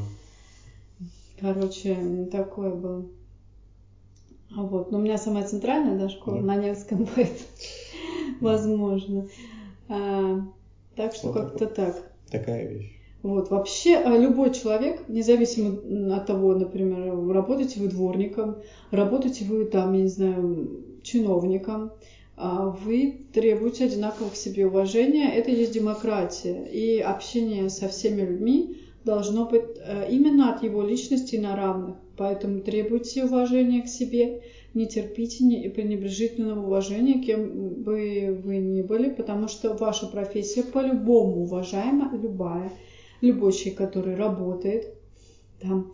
Короче, такое было. Вот. Но у меня самая центральная, да, школа на Невском будет. Возможно. Так что как-то так. Такая вещь. Вот, вообще любой человек, независимо от того, например, работаете вы дворником, работаете вы там, я не знаю, чиновником, вы требуете одинакового к себе уважения, это есть демократия. И общение со всеми людьми должно быть именно от его личности на равных. Поэтому требуйте уважения к себе, не терпите пренебрежительного уважения, кем бы вы ни были, потому что ваша профессия по-любому уважаема, любая. Любой человек, который работает там,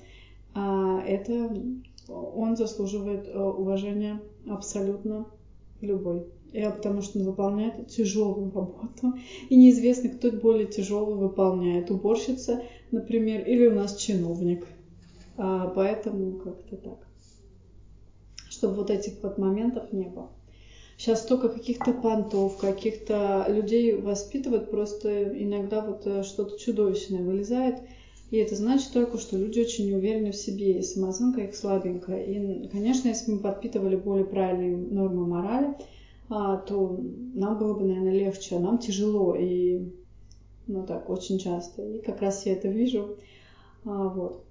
он заслуживает уважения абсолютно любой. Потому что он выполняет тяжелую работу. И неизвестно, кто более тяжелую выполняет. Уборщица, например, или у нас чиновник. Поэтому как-то так. Чтобы вот этих вот моментов не было. Сейчас столько каких-то понтов, каких-то людей воспитывают, просто иногда вот что-то чудовищное вылезает. И это значит только, что люди очень не уверены в себе, и самооценка их слабенькая. И, конечно, если бы мы подпитывали более правильные нормы морали, то нам было бы, наверное, легче, а нам тяжело, и, так, очень часто. И как раз я это вижу. Вот.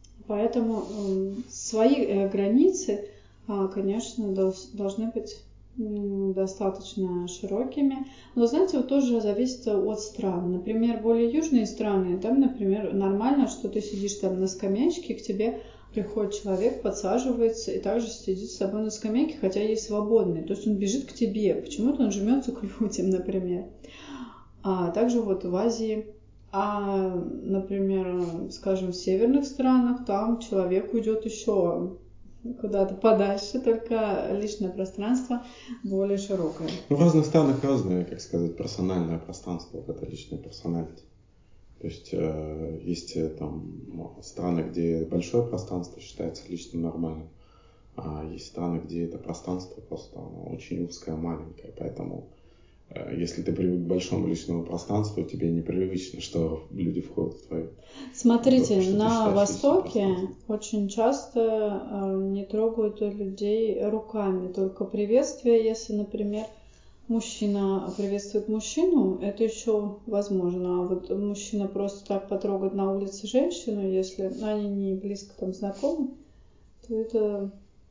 Поэтому свои границы, конечно, должны быть достаточно широкими. Но, знаете, вот тоже зависит от стран. Например, более южные страны, там, например, нормально, что ты сидишь там на скамеечке, к тебе приходит человек, подсаживается и также сидит с тобой на скамейке, хотя есть свободный. То есть он бежит к тебе. Почему-то он жмется к людям, например. А также вот в Азии, например, скажем, в северных странах, там человек уйдет еще куда-то подальше, только личное пространство более широкое. В разных странах разное, как сказать, персональное пространство, вот это личное персоналити. То есть есть там страны, где большое пространство считается личным нормальным, а есть страны, где это пространство просто очень узкое, маленькое, поэтому если ты привык к большому личному пространству, тебе непривычно, что люди входят в твое. Смотрите, на Востоке очень часто не трогают людей руками, только приветствие, если, например, мужчина приветствует мужчину, это еще возможно. А вот мужчина просто так потрогать на улице женщину, если они не близко там знакомы, то это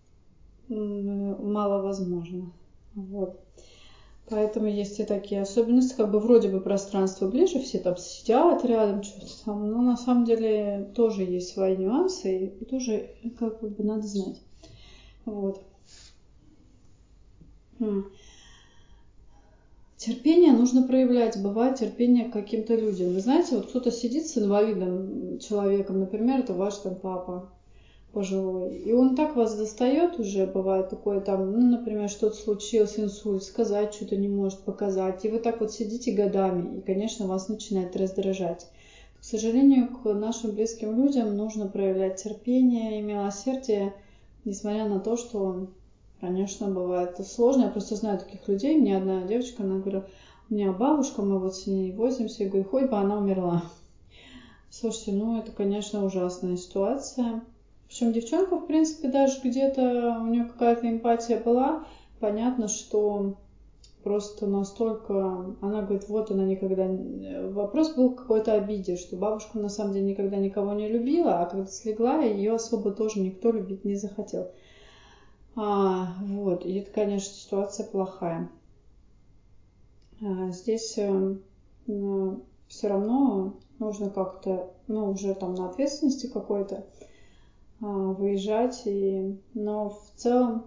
маловозможно. Вот. Поэтому есть и такие особенности, как бы вроде бы пространство ближе, все там сидят рядом, что-то там, но на самом деле тоже есть свои нюансы, и тоже как бы надо знать. Вот. Терпение нужно проявлять. Бывает терпение к каким-то людям. Вы знаете, вот кто-то сидит с инвалидом человеком, например, это ваш там папа пожилой, и он так вас достает уже, бывает такое там, например, что-то случилось, инсульт, сказать что-то не может, показать, и вы так вот сидите годами, и, конечно, вас начинает раздражать. К сожалению, к нашим близким людям нужно проявлять терпение и милосердие, несмотря на то, что, конечно, бывает сложно. Я просто знаю таких людей. Мне одна девочка, она говорила, у меня бабушка, мы вот с ней возимся, и говорю, хоть бы она умерла. Слушайте, это, конечно, ужасная ситуация. Причем девчонка, в принципе, даже где-то у нее какая-то эмпатия была. Понятно, что просто настолько... Она говорит, вот она никогда... Вопрос был в какой-то обиде, что бабушка на самом деле никогда никого не любила, а когда слегла, ее особо тоже никто любить не захотел. Вот. И это, конечно, ситуация плохая. Здесь все равно нужно как-то, уже там на ответственности какой-то выезжать. Но в целом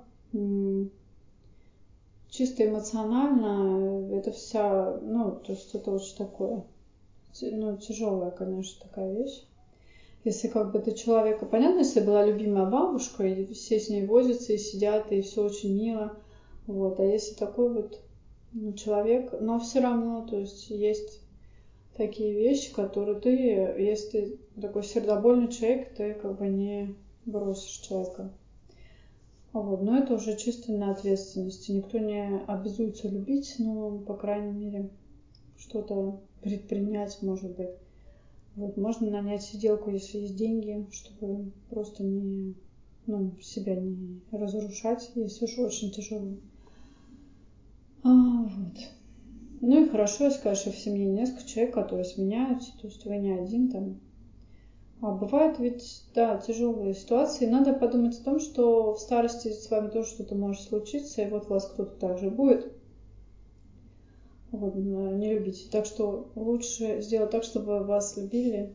чисто эмоционально это вся, то есть это очень такое, тяжелая, конечно, такая вещь. Если как бы ты человека, понятно, если была любимая бабушка, и все с ней возятся и сидят, и все очень мило, вот, а если такой вот человек, но все равно, то есть такие вещи, которые ты, если ты такой сердобольный человек, ты как бы не бросишь человека. Вот. Но это уже чисто на ответственности. Никто не обязуется любить, но, по крайней мере, что-то предпринять, может быть. Вот. Можно нанять сиделку, если есть деньги, чтобы просто себя не разрушать, если уж очень тяжело. Вот. И хорошо, если, конечно, в семье несколько человек, которые сменяются, то есть вы не один там. Бывают ведь, да, тяжелые ситуации. Надо подумать о том, что в старости с вами тоже что-то может случиться, и вот у вас кто-то также будет. Вот, не любите. Так что лучше сделать так, чтобы вас любили.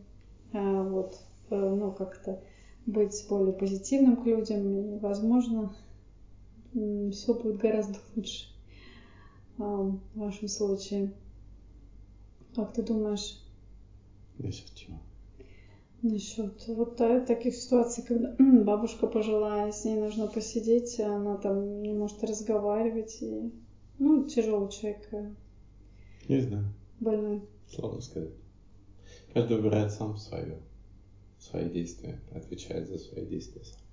Как-то быть более позитивным к людям. И, возможно, все будет гораздо лучше в вашем случае. Как ты думаешь? Насчет чего? Насчет вот таких ситуаций, когда бабушка пожилая, с ней нужно посидеть, она там не может разговаривать, и, тяжелый человек. Не знаю. Больной. Сложно сказать. Каждый выбирает сам свои действия, отвечает за свои действия сам.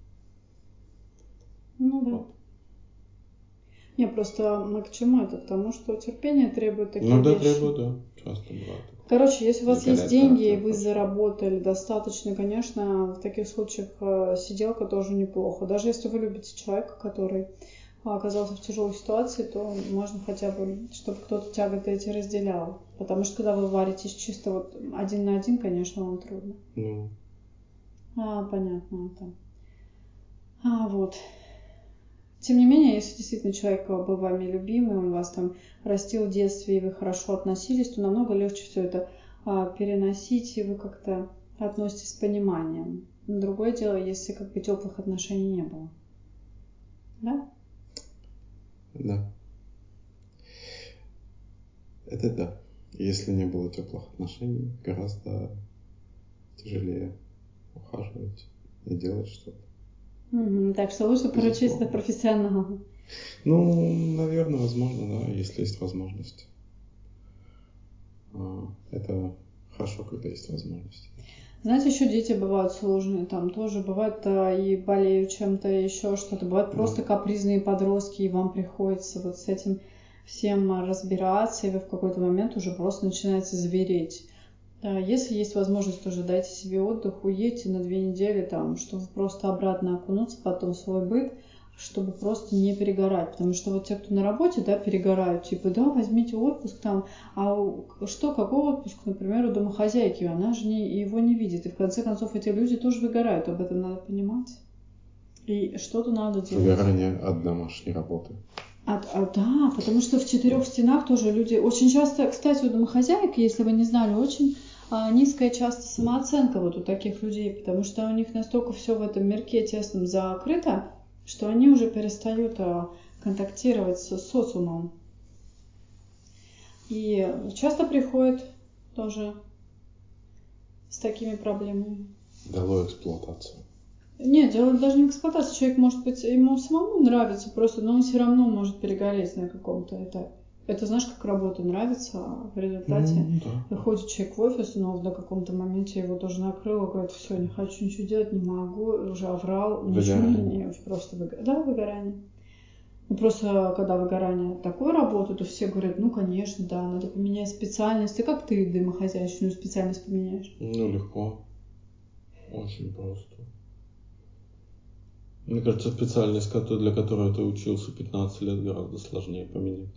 Да. Вот. Не, просто мы к чему это? К тому, что терпение требует таких вещей. Требует, да. Часто бывает. Короче, если у вас есть деньги, и вы заработали достаточно, конечно, в таких случаях сиделка тоже неплохо. Даже если вы любите человека, который оказался в тяжелой ситуации, то можно хотя бы, чтобы кто-то тяготы эти разделял. Потому что когда вы варитесь чисто вот один на один, конечно, вам трудно. Понятно это. Вот. Тем не менее, если действительно человек был вами любимый, он вас там растил в детстве, и вы хорошо относились, то намного легче все это переносить, и вы как-то относитесь с пониманием. Но другое дело, если как бы теплых отношений не было. Да? Да. Это да. Если не было теплых отношений, гораздо тяжелее ухаживать и делать что-то. Так что лучше поручить это профессионалу. Ну, наверное, возможно, да, если есть возможность. Это хорошо, когда есть возможность. Знаете, еще дети бывают сложные, там тоже бывают и болеют чем-то, еще что-то. Бывают просто капризные подростки, и вам приходится вот с этим всем разбираться, и вы в какой-то момент уже просто начинаете звереть. Если есть возможность, тоже дайте себе отдых, уедьте на 2 недели, там, чтобы просто обратно окунуться потом в свой быт, чтобы просто не перегорать. Потому что вот те, кто на работе, да, перегорают, типа, да, возьмите отпуск там, а что, какой отпуск, например, у домохозяйки, она же его не видит. И в конце концов эти люди тоже выгорают, об этом надо понимать. И что-то надо делать. Выгорание от домашней работы. Да, потому что в 4 стенах тоже люди... Очень часто, кстати, у домохозяек, если вы не знали, очень низкая часто самооценка вот у таких людей, потому что у них настолько все в этом мирке тесном закрыто, что они уже перестают контактировать с социумом. И часто приходят тоже с такими проблемами. Дало эксплуатацию. Нет, дело даже не в эксплуатации. Человек, может быть, ему самому нравится просто, но он все равно может перегореть на каком-то этапе. Это знаешь, как работа нравится, а в результате выходит человек в офис, но на каком-то моменте его тоже накрыло, говорит, все, не хочу ничего делать, не могу, уже оврал, выгорание. ничего не просто выгорание. Ну, просто когда выгорание от такой работы, то все говорят, ну, конечно, да, надо поменять специальность. И как ты домохозяйственную специальность поменяешь? Ну, легко. Очень просто. Мне кажется, специальность, для которой ты учился 15 лет, гораздо сложнее поменять.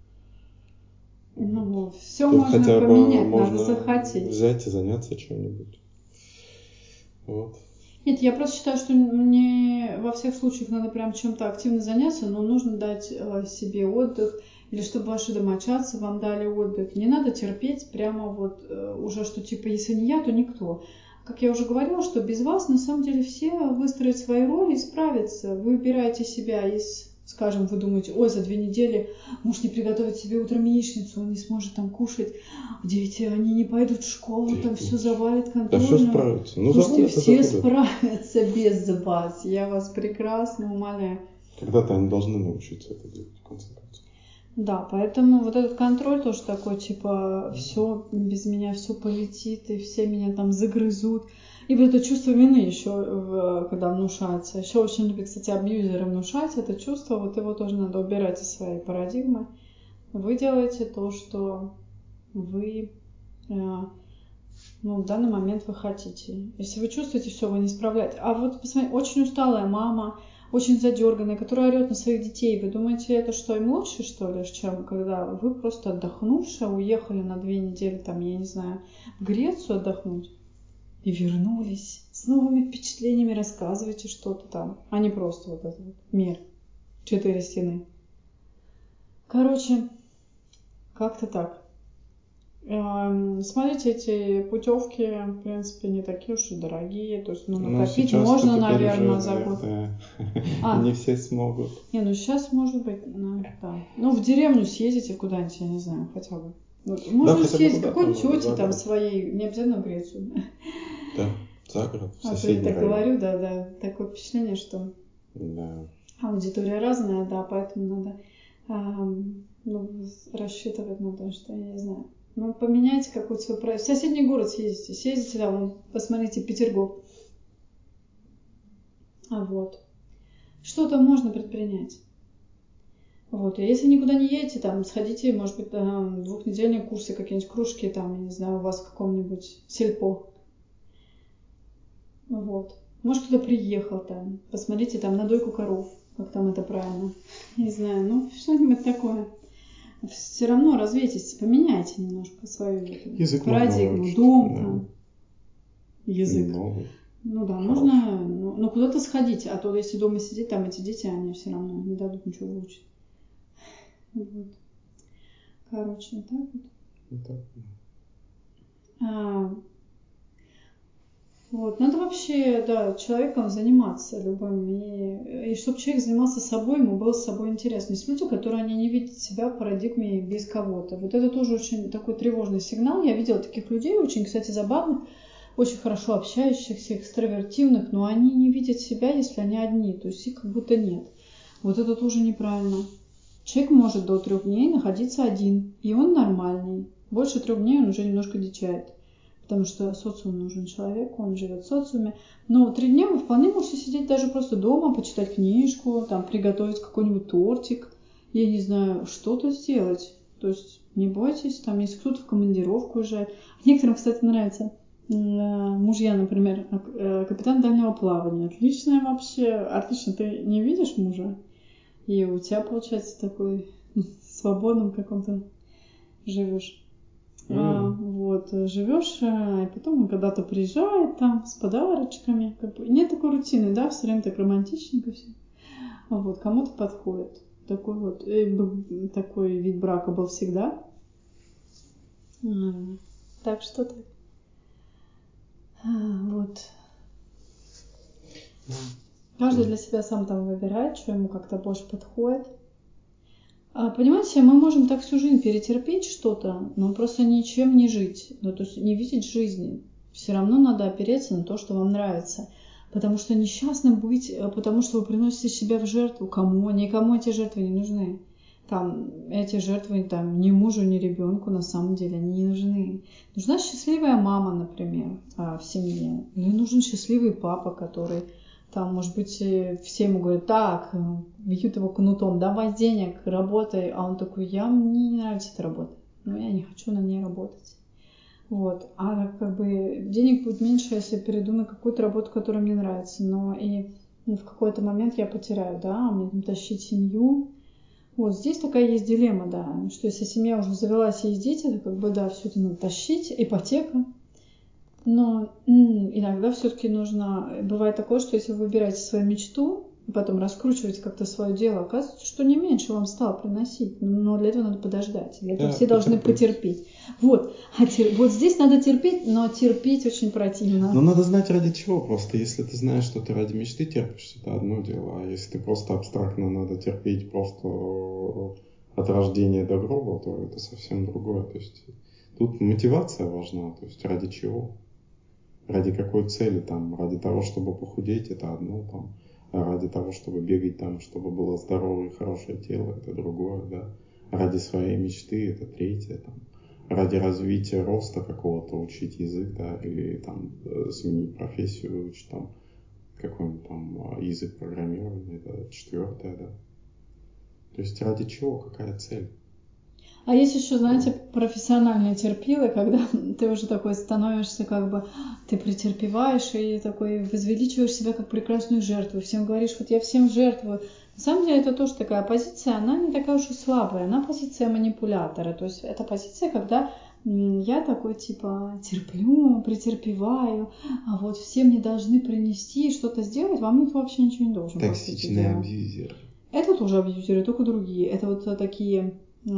Ну, все тут можно хотя бы поменять, можно надо захотеть. Взять и заняться чем-нибудь. Вот. Нет, я просто считаю, что не во всех случаях надо прям чем-то активно заняться, но нужно дать себе отдых, или чтобы ваши домочадцы вам дали отдых. Не надо терпеть прямо вот уже, что типа, если не я, то никто. Как я уже говорила, что без вас на самом деле все выстроят свои роли и справятся. Вы выбираете себя из, скажем, вы думаете, ой, за 2 недели муж не приготовит себе утром яичницу, он не сможет там кушать, дети, они не пойдут в школу, там все завалит контрольную. Да все справятся. Ну, слушайте, все справятся без вас. Я вас прекрасно умоляю. Когда-то они должны научиться это делать, в конце концов. Да, поэтому вот этот контроль тоже такой, типа, все без меня все полетит, и все меня там загрызут. И вот это чувство вины еще, когда внушается. Еще очень любят, кстати, абьюзеры внушать это чувство. Вот его тоже надо убирать из своей парадигмы. Вы делаете то, что вы, в данный момент вы хотите. Если вы чувствуете, все, вы не справляетесь. А вот, посмотрите, очень усталая мама, очень задерганная, которая орет на своих детей. Вы думаете, это что, им лучше, что ли, чем когда вы просто отдохнувшие, уехали на 2 недели, там, я не знаю, в Грецию отдохнуть и вернулись с новыми впечатлениями, рассказываете что-то там, а не просто вот этот вот мир, 4 стены. Короче, как-то так. Смотрите, эти путевки, в принципе, не такие уж и дорогие. То есть, накопить можно, наверное, за год. Не все смогут. Сейчас может быть, да. В деревню съездите куда-нибудь, я не знаю, хотя бы. Можно съездить к какой-нибудь тете там своей, не обязательно в Грецию. Да, за город, в я соседний так район. говорю, да, такое впечатление, что аудитория разная, да, поэтому надо рассчитывать на то, что, я не знаю. Поменяйте какой-то свой проект. В соседний город съездите там, посмотрите Петергоф. Что-то можно предпринять. И если никуда не едете, там, сходите, может быть, 2-недельные курсы, какие-нибудь кружки, там, я не знаю, у вас в каком-нибудь сельпо. Может, кто-то приехал там, посмотрите там на дойку коров, как там это правильно. Не знаю, что-нибудь такое. Все равно развейтесь, поменяйте немножко свою язык парадигму, выучить, дом, там, язык. Новый. Ну да, нужно куда-то сходить, а то если дома сидеть, там эти дети, они все равно не дадут ничего выучить. Вот. Короче, так вот. Вот. Надо вообще, да, человеком заниматься любым. И чтобы человек занимался собой, ему было с собой интересно. Есть люди, которые они не видят себя в парадигме без кого-то. Вот это тоже очень такой тревожный сигнал. Я видела таких людей, очень, кстати, забавных, очень хорошо общающихся, экстравертивных, но они не видят себя, если они одни. То есть их как будто нет. Вот это тоже неправильно. Человек может до 3 дней находиться один, и он нормальный. Больше 3 дней он уже немножко дичает. Потому что социум нужен человеку, он живет в социуме. Но 3 дня вы вполне можете сидеть даже просто дома, почитать книжку, там, приготовить какой-нибудь тортик, я не знаю, что-то сделать. То есть не бойтесь, там, если кто-то в командировку уезжает. Некоторым, кстати, нравится мужья, например, капитан дальнего плавания. Отличная вообще, отлично. Ты не видишь мужа? И у тебя, получается, такой свободным каком-то живешь. Вот, живешь, и потом он когда-то приезжает там с подарочками. Как бы. Нет такой рутины, да, все время так романтичненько все. Вот, кому-то подходит. Такой вот, такой вид брака был всегда. Так что так. Вот. Каждый для себя сам там выбирает, что ему как-то больше подходит. Понимаете, мы можем так всю жизнь перетерпеть что-то, но просто ничем не жить, ну, то есть не видеть жизни. Все равно надо опереться на то, что вам нравится. Потому что несчастным быть, потому что вы приносите себя в жертву. Кому? Никому эти жертвы не нужны. Там, эти жертвы там, ни мужу, ни ребенку на самом деле они не нужны. Нужна счастливая мама, например, в семье. Или нужен счастливый папа, который... Там, может быть, все ему говорят, так, бьют его кнутом, давай денег, работай. А он такой, мне не нравится эта работа, но я не хочу на ней работать. Вот. А как бы денег будет меньше, если я перейду на какую-то работу, которая мне нравится. Но и в какой-то момент я потеряю, да, мне там тащить семью. Вот здесь такая есть дилемма, да, что если семья уже завелась и есть дети, то как бы, да, все это надо тащить, ипотека. Но иногда все-таки нужно... Бывает такое, что если вы выбираете свою мечту, и потом раскручиваете как-то свое дело, оказывается, что не меньше вам стало приносить. Но для этого надо подождать. Для этого все должны потерпеть. Вот. Вот здесь надо терпеть, но терпеть очень противно. Но надо знать ради чего просто. Если ты знаешь, что ты ради мечты терпишь, это одно дело. А если ты просто абстрактно надо терпеть просто от рождения до гроба, то это совсем другое. То есть тут мотивация важна. То есть ради чего? Ради какой цели там? Ради того, чтобы похудеть, это одно там. А ради того, чтобы бегать там, чтобы было здоровое и хорошее тело, это другое, да. Ради своей мечты, это третье там. Ради развития роста какого-то учить язык, да, или там сменить профессию, выучить там какой-нибудь там язык программирования, это четвертое, да. То есть ради чего, какая цель? А есть еще, знаете, профессиональные терпилы, когда ты уже такой становишься, как бы, ты претерпеваешь и такой возвеличиваешь себя как прекрасную жертву. Всем говоришь, вот я всем жертвую. На самом деле это тоже такая позиция, она не такая уж и слабая, она позиция манипулятора. То есть это позиция, когда я такой типа терплю, претерпеваю, а вот все мне должны принести что-то сделать, вам никто вообще ничего не должен. Токсичные абьюзеры. Это тоже абьюзеры, только другие. Это вот такие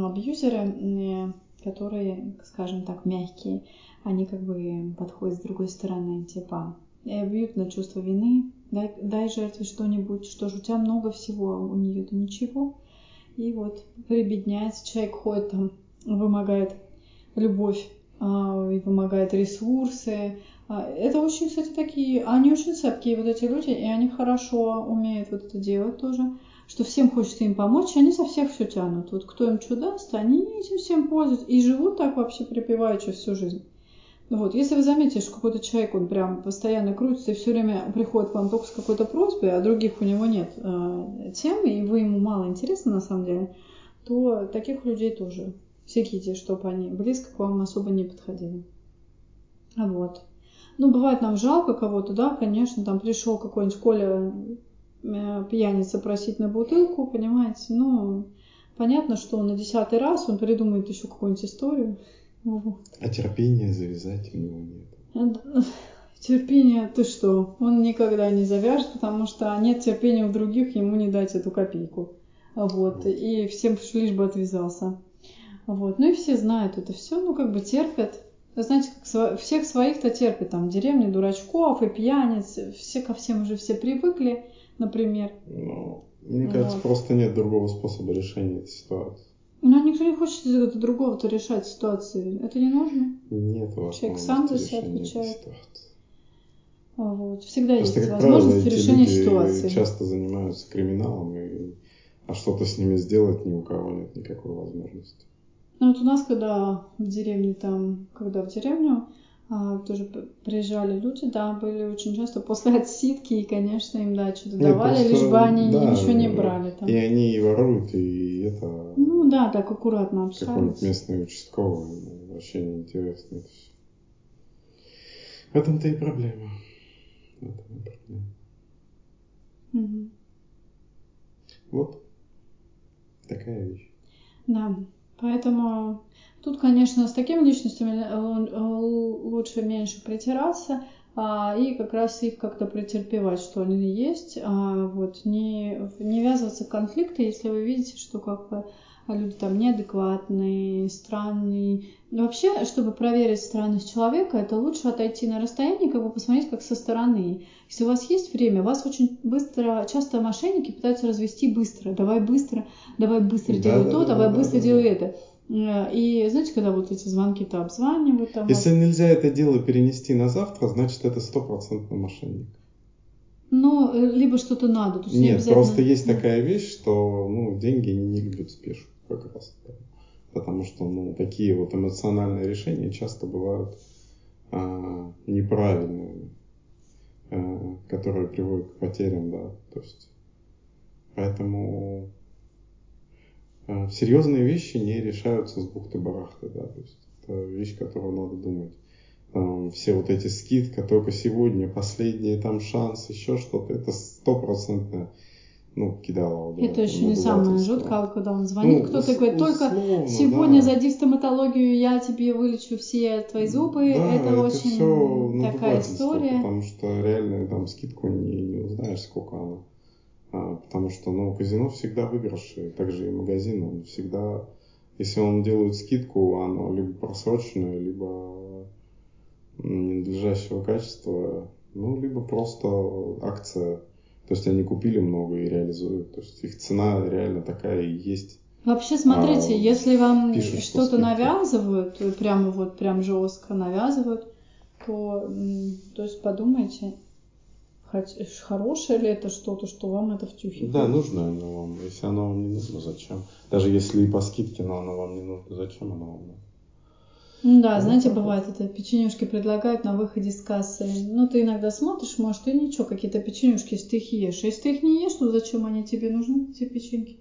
абьюзеры, которые, скажем так, мягкие. Они как бы подходят с другой стороны, типа бьют на чувство вины. Дай жертве что-нибудь, что же у тебя много всего, у нее-то ничего. И вот прибедняется, человек ходит там, вымогает любовь и вымогает ресурсы. Это очень, кстати, такие, они очень цепкие, вот эти люди, и они хорошо умеют вот это делать тоже, что всем хочется им помочь, и они со всех все тянут. Вот кто им что даст, они этим всем пользуются и живут так вообще припеваючи всю жизнь. Вот, если вы заметите, что какой-то человек, он прям постоянно крутится и все время приходит к вам только с какой-то просьбой, а других у него нет тем, и вы ему мало интересны на самом деле, то таких людей тоже секите, чтобы они близко к вам особо не подходили. Вот. Ну, бывает нам жалко кого-то, да, конечно, там пришел какой-нибудь Коля пьяница просить на бутылку, понимаете, ну, понятно, что на 10-й раз он придумает еще какую-нибудь историю. Вот. А терпения завязать у него нет. Терпение, ты что? Он никогда не завяжет, потому что нет терпения у других, ему не дать эту копейку. Вот. И всем лишь бы отвязался. Вот. Ну и все знают это все, ну как бы терпят. Знаете, как всех своих-то терпят, там, в деревне дурачков и пьяниц, все ко всем уже все привыкли, например. Ну, мне кажется, просто нет другого способа решения этой ситуации. Но никто не хочет из-за другого-то решать ситуации. Это не нужно. Нет Человек сам за себя решения отвечает. этой ситуации. Вот. Всегда Просто, есть как возможность правило, эти решения люди ситуации. часто занимаются криминалом, а что-то с ними сделать ни у кого нет никакой возможности. Ну вот у нас, когда в деревню тоже приезжали люди, да, были очень часто после отсидки, и, конечно, им, да, что-то давали, просто, лишь бы они да, ничего не брали там. И они воруют, и это... Ну да, так аккуратно общались. Какой-нибудь местный участковый, вообще не интересно это все. В этом-то и проблема. Угу. Вот такая вещь. Да, поэтому тут, конечно, с такими личностями лучше меньше притираться, и как раз их как-то претерпевать, что они есть, вот, не ввязываться в конфликты, если вы видите, что как бы люди там неадекватные, странные. Но вообще, чтобы проверить странность человека, это лучше отойти на расстояние, как бы посмотреть как со стороны. Если у вас есть время, вас очень быстро, часто мошенники пытаются развести быстро. Давай быстро делай то, давай быстро делай это. И знаете, когда вот эти звонки-то обзванивают там. Если нельзя это дело перенести на завтра, значит это 100% мошенник. Ну, либо что-то надо. То есть Нет, не обязательно... просто есть такая вещь, что деньги не любят спешку как раз. Потому что такие вот эмоциональные решения часто бывают неправильными, которые приводят к потерям, да. То есть, поэтому серьезные вещи не решаются с бухты-барахты, да. То есть, это вещь, которую надо думать. Все вот эти скидки, только сегодня, последний там шанс, еще что-то, это 100% кидалово. Да, это еще не самое жуткое, когда он звонит, кто-то говорит, только сегодня зайди в стоматологию, я тебе вылечу все твои зубы. Да, это очень все такая история. Потому что реально там скидку не узнаешь, сколько она. Потому что казино всегда выигрыши, также и магазин, он всегда, если он делает скидку, оно либо просроченное, либо ненадлежащего качества, либо просто акция. То есть они купили много и реализуют. То есть их цена реально такая и есть. Вообще, смотрите, если вам что-то навязывают, прям жестко навязывают, то есть подумайте, хорошее ли это что-то, что вам это втюхивает. Да, нужно оно вам. Если оно вам не нужно, зачем? Даже если и по скидке, но оно вам не нужно, зачем оно вам нужно? Да, знаете, бывает, это печенюшки предлагают на выходе с кассы. Ты иногда смотришь, может, и ничего, какие-то печенюшки, если ты их ешь. Если ты их не ешь, то зачем они тебе нужны, эти печеньки?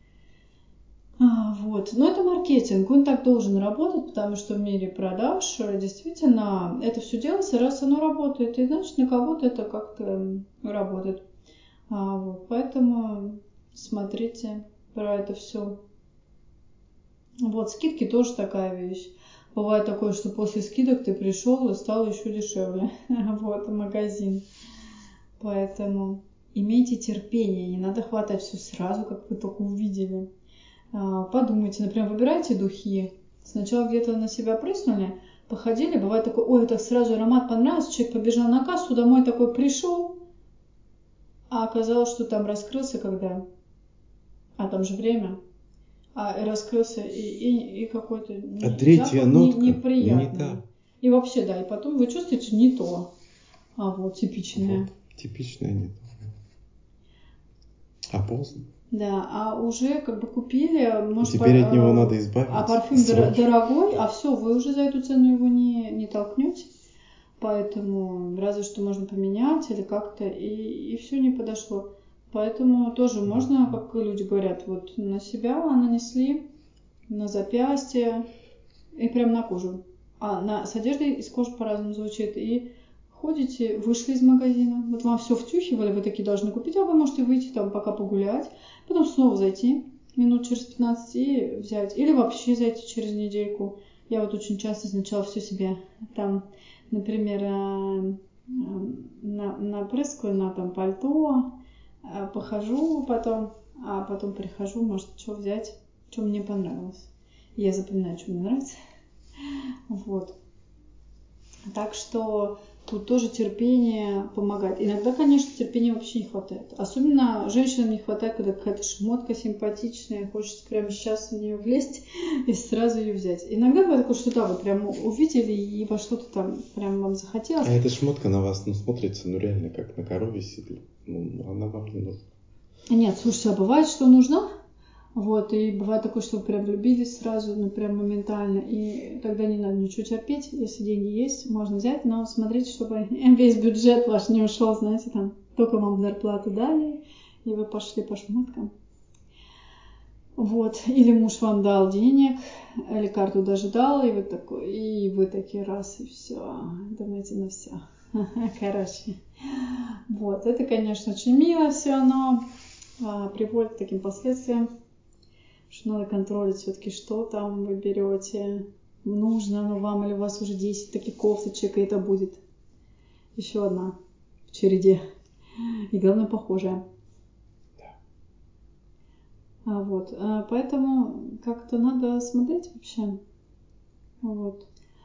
Вот. Но это маркетинг, он так должен работать, потому что в мире продаж действительно это все делается, раз оно работает, и значит на кого-то это как-то работает. Вот. Поэтому смотрите про это все. Вот, скидки тоже такая вещь. Бывает такое, что после скидок ты пришел и стало еще дешевле. Вот, магазин. Поэтому имейте терпение, не надо хватать все сразу, как вы только увидели. Подумайте, например, выбирайте духи. Сначала где-то на себя прыснули, походили, бывает такой, ой, так сразу аромат понравился, человек побежал на кассу, домой такой пришел, а оказалось, что там раскрылся когда, там же время, раскрылся и какой-то третья нотка неприятный. Не та. И вообще, да, и потом вы чувствуете не то, типичное. Вот, типичное не то. А поздно. Да, а уже как бы купили, может, теперь от него надо избавиться. А парфюм дорогой, все, вы уже за эту цену его не толкнете. Поэтому разве что можно поменять или как-то, и все не подошло. Поэтому тоже можно, как люди говорят, вот на себя нанесли, на запястье и прям на кожу. С одеждой из кожи по-разному звучит. И ходите, вышли из магазина, вот вам все втюхивали, вы такие должны купить, а вы можете выйти там пока погулять, потом снова зайти минут через 15 и взять. Или вообще зайти через недельку. Я вот очень часто сначала все себе там, например, напрыскаю на там пальто, похожу потом, а потом прихожу, может, что взять, что мне понравилось. Я запоминаю, что мне нравится. Вот. Так что тут тоже терпение помогает. Иногда, конечно, терпения вообще не хватает. Особенно женщинам не хватает, когда какая-то шмотка симпатичная, хочется прямо сейчас в нее влезть и сразу ее взять. Иногда бывает такое, что да, вы прям увидели и во что-то там прям вам захотелось. А эта шмотка на вас, смотрится, реально как на корове седле. Она вам не нужна. Нет, слушайте, а бывает, что нужно? Вот, и бывает такое, что прям влюбились сразу, прям моментально, и тогда не надо ничего терпеть, если деньги есть, можно взять, но смотрите, чтобы весь бюджет ваш не ушел, знаете, там, только вам зарплату дали, и вы пошли по шмоткам. Вот, или муж вам дал денег, или карту даже дал, и вы такие раз, и все, думаете, ну все, короче. Вот, это, конечно, очень мило все, но приводит к таким последствиям, что надо контролить все-таки, что там вы берете, нужно оно вам, или у вас уже 10 таких кофточек, и это будет еще одна в череде. И главное, похожая. Вот. Поэтому как-то надо смотреть вообще. Вот.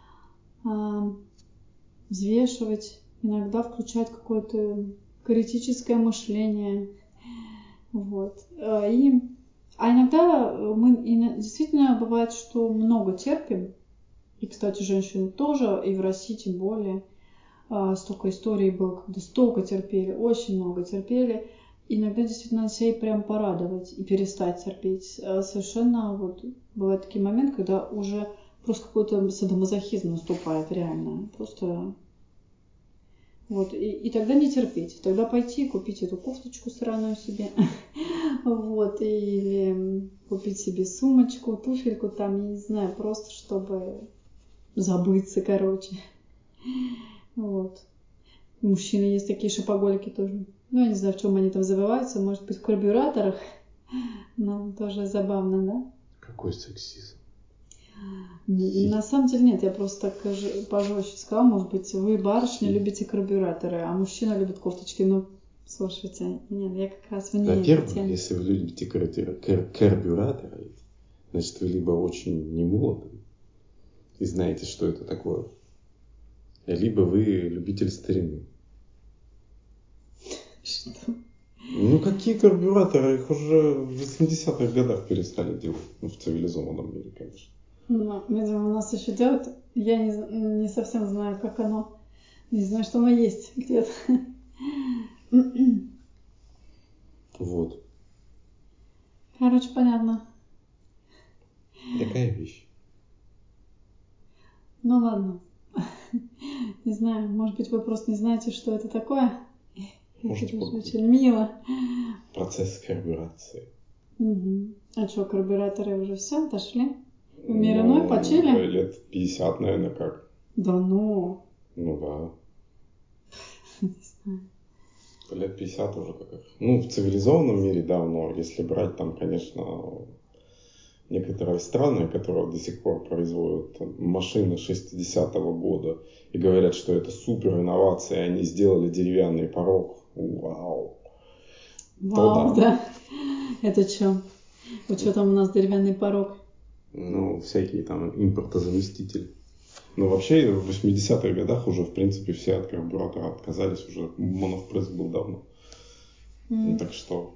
Взвешивать, иногда включать какое-то критическое мышление. Вот. А иногда мы действительно бывает, что много терпим. И, кстати, женщины тоже, и в России тем более. Столько историй было, когда столько терпели, очень много терпели. Иногда действительно надо себя и прям порадовать и перестать терпеть. Совершенно вот бывают такие моменты, когда уже просто какой-то садомазохизм наступает реально. Просто вот. И тогда не терпеть. Тогда пойти и купить эту кофточку сраную себе. Вот. Или купить себе сумочку, туфельку там, я не знаю, просто чтобы забыться, короче. Вот. Мужчины есть такие шопоголики тоже. Ну, я не знаю, в чем они там забываются. Может быть, в карбюраторах. Но тоже забавно, да? Какой сексизм. На самом деле нет, я просто так пожестче сказала. Может быть, вы, барышня, любите карбюраторы, а мужчина любит кофточки. Ну, слушайте, нет, я как раз вне Во-первых, этой темы. если вы любите карбюраторы, значит, вы либо очень немолоды и знаете, что это такое, либо вы любитель старины. Что? Ну, какие карбюраторы? Их уже в 80-х годах перестали делать. Ну, в цивилизованном мире, конечно. Ну, видимо, у нас еще делают. Я не совсем знаю, как оно. Не знаю, что оно есть где-то. Вот. Короче, понятно. Такая вещь. Ну ладно. Не знаю, может быть, вы просто не знаете, что это такое. Можете Это же погуглить. очень мило. Процесс карбюрации. Угу. А что, карбюраторы уже все отошли? В мир иной почили? Лет 50, наверное, как. Да ну. Ну да. Не знаю. Лет 50 уже как. Ну, в цивилизованном мире, да, но если брать там, конечно, некоторые страны, которые до сих пор производят машины 60-го года и говорят, что это супер инновация, они сделали деревянный порог. Вау. Вау, да. Это что? Вот что там у нас деревянный порог? Ну, всякие там импортозаместители. Но вообще в 80-х годах уже, в принципе, все от карбюратора отказались, уже моновпресс был давно. Ну, так что...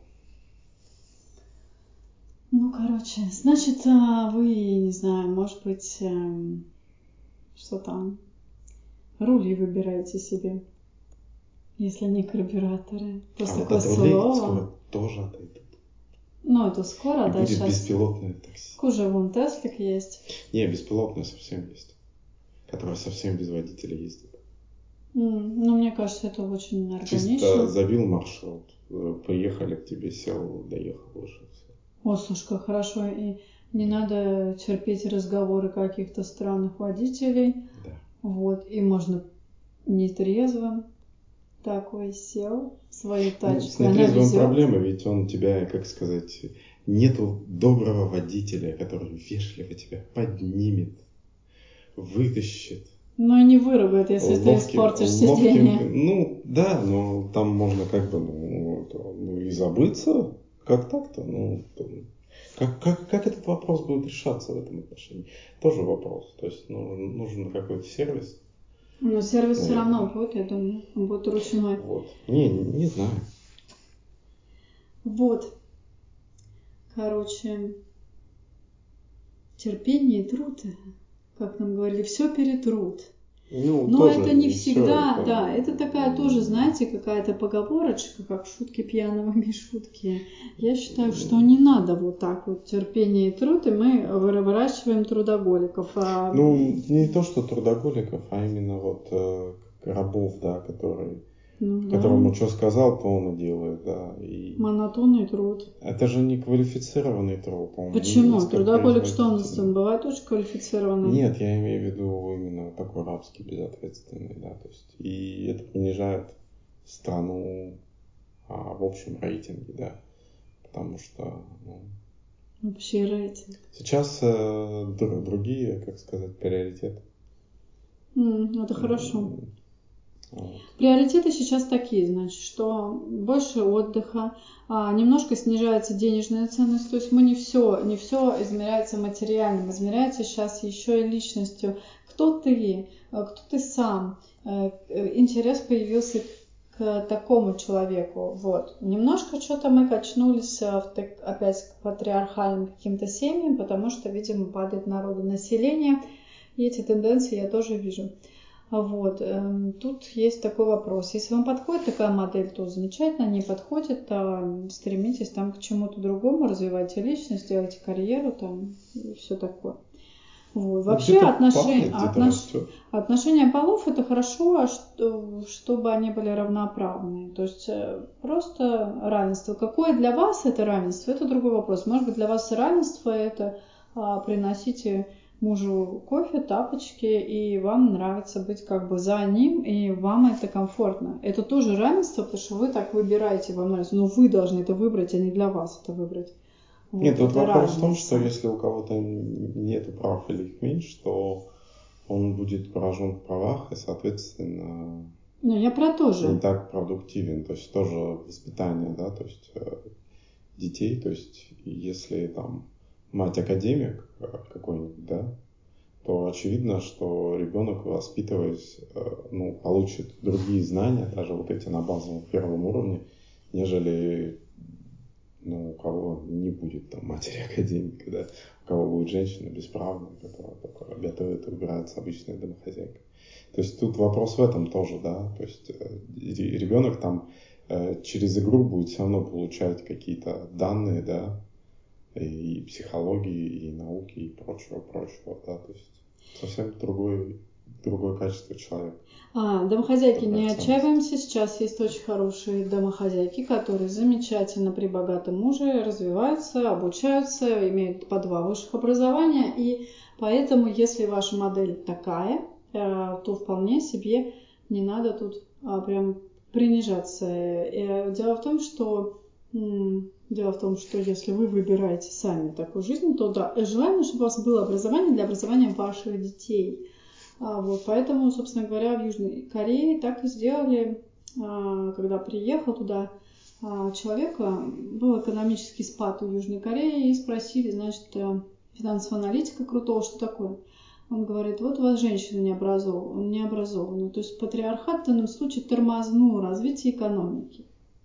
Ну, короче, значит, вы, не знаю, может быть, что там, рули выбираете себе, если не карбюраторы. Просто вот такое от рулей слово. скоро тоже отойдут. Ну, это скоро, И да, будет сейчас. беспилотное такси. Уже вон Теслик есть. Не, беспилотное совсем есть. Которое совсем без водителя ездит. Ну, мне кажется, это очень органично. Чисто забил маршрут. Приехали к тебе, сел, доехал, вышел. Все. О, слушай, как хорошо. И не надо терпеть разговоры каких-то странных водителей. Да. Вот. И можно нетрезвым такой сел в свою тачку. С нетрезвым проблемы, ведь он тебя, как сказать, нету доброго водителя, который вежливо тебя поднимет, вытащит. Но и не выругают, если ты испортишь сиденье. Ну, да, но там можно как бы, и забыться. Как так-то? Как этот вопрос будет решаться в этом отношении? Тоже вопрос. То есть нужен какой-то сервис. Но сервис все равно будет, я думаю. Он будет ручной. Вот. Не знаю. Вот. Короче, терпение и труд, как нам говорили, все перетрут. Но это не всегда, да, это такая тоже, знаете, какая-то поговорочка, как шутки пьяного Мишутки. Я считаю, что не надо вот так вот терпение и труд, и мы выращиваем трудоголиков. Не то, что трудоголиков, а именно вот рабов, да, которому что сказал, то он и делает, да. Монотонный труд. Это же не квалифицированный труд. Почему? Трудоголик что у нас бывает очень квалифицированный? Нет, я имею в виду именно такой рабский, безответственный, да, то есть и это понижает страну в общем рейтинге, да, потому что общий рейтинг. Сейчас другие, как сказать, приоритеты. Это хорошо. Приоритеты сейчас такие, значит, что больше отдыха, немножко снижается денежная ценность, то есть мы не все измеряется материальным, измеряется сейчас еще и личностью. Кто ты сам, интерес появился к такому человеку. Вот. Немножко что-то мы качнулись опять к патриархальным каким-то семьям, потому что, видимо, падает народонаселение, и эти тенденции я тоже вижу. Вот. Тут есть такой вопрос. Если вам подходит такая модель, то замечательно, не подходит, стремитесь там к чему-то другому, развивайте личность, делайте карьеру там, и все такое. Вот. Вообще отношения полов это хорошо, чтобы они были равноправные. То есть просто равенство. Какое для вас это равенство, это другой вопрос. Может быть, для вас равенство это приносите мужу кофе, тапочки, и вам нравится быть как бы за ним, и вам это комфортно. Это тоже равенство, потому что вы так выбираете, вам нравится. Но вы должны это выбрать, а не для вас это выбрать. Вот, нет, тут вопрос в том, что если у кого-то нет прав или их меньше, то он будет поражен в правах и, соответственно, я про то же. Не так продуктивен. То есть тоже воспитание, да, то есть детей, то есть если там мать академик какой-нибудь, да, то очевидно, что ребенок, воспитываясь, получит другие знания, даже вот эти на базовом первом уровне, нежели у кого не будет там матери академика, да, у кого будет женщина бесправная, которая только готовит и убирается, обычная домохозяйка. То есть тут вопрос в этом тоже, да, то есть ребенок там через игру будет все равно получать какие-то данные, да, и психологии, и науки, и прочего, да, то есть совсем другое качество человека. Домохозяйки, не отчаиваемся, сейчас есть очень хорошие домохозяйки, которые замечательно при богатом муже развиваются, обучаются, имеют по 2 высших образования, и поэтому, если ваша модель такая, то вполне себе не надо тут прям принижаться. Дело в том, что если вы выбираете сами такую жизнь, то да, желательно, чтобы у вас было образование для образования ваших детей. Вот, поэтому, собственно говоря, в Южной Корее так и сделали, когда приехал туда человека, был экономический спад в Южной Корее, и спросили, значит, финансового аналитика крутого, что такое. Он говорит, вот у вас женщина необразованная. То есть патриархат в данном случае тормознул развитие экономики.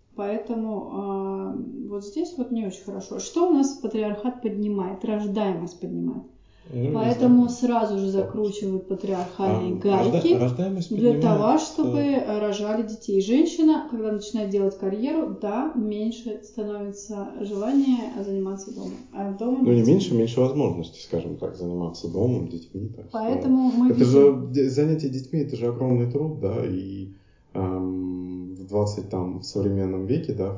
Поэтому вот здесь вот не очень хорошо. Что у нас патриархат поднимает? Рождаемость поднимает. Поэтому сразу же закручивают патриархальные гайки для того, чтобы рожали детей. Женщина, когда начинает делать карьеру, да, меньше становится желание заниматься домом. Меньше возможностей, скажем так, заниматься домом, детьми. Поэтому занятие детьми, это же огромный труд, да, и в современном веке, да,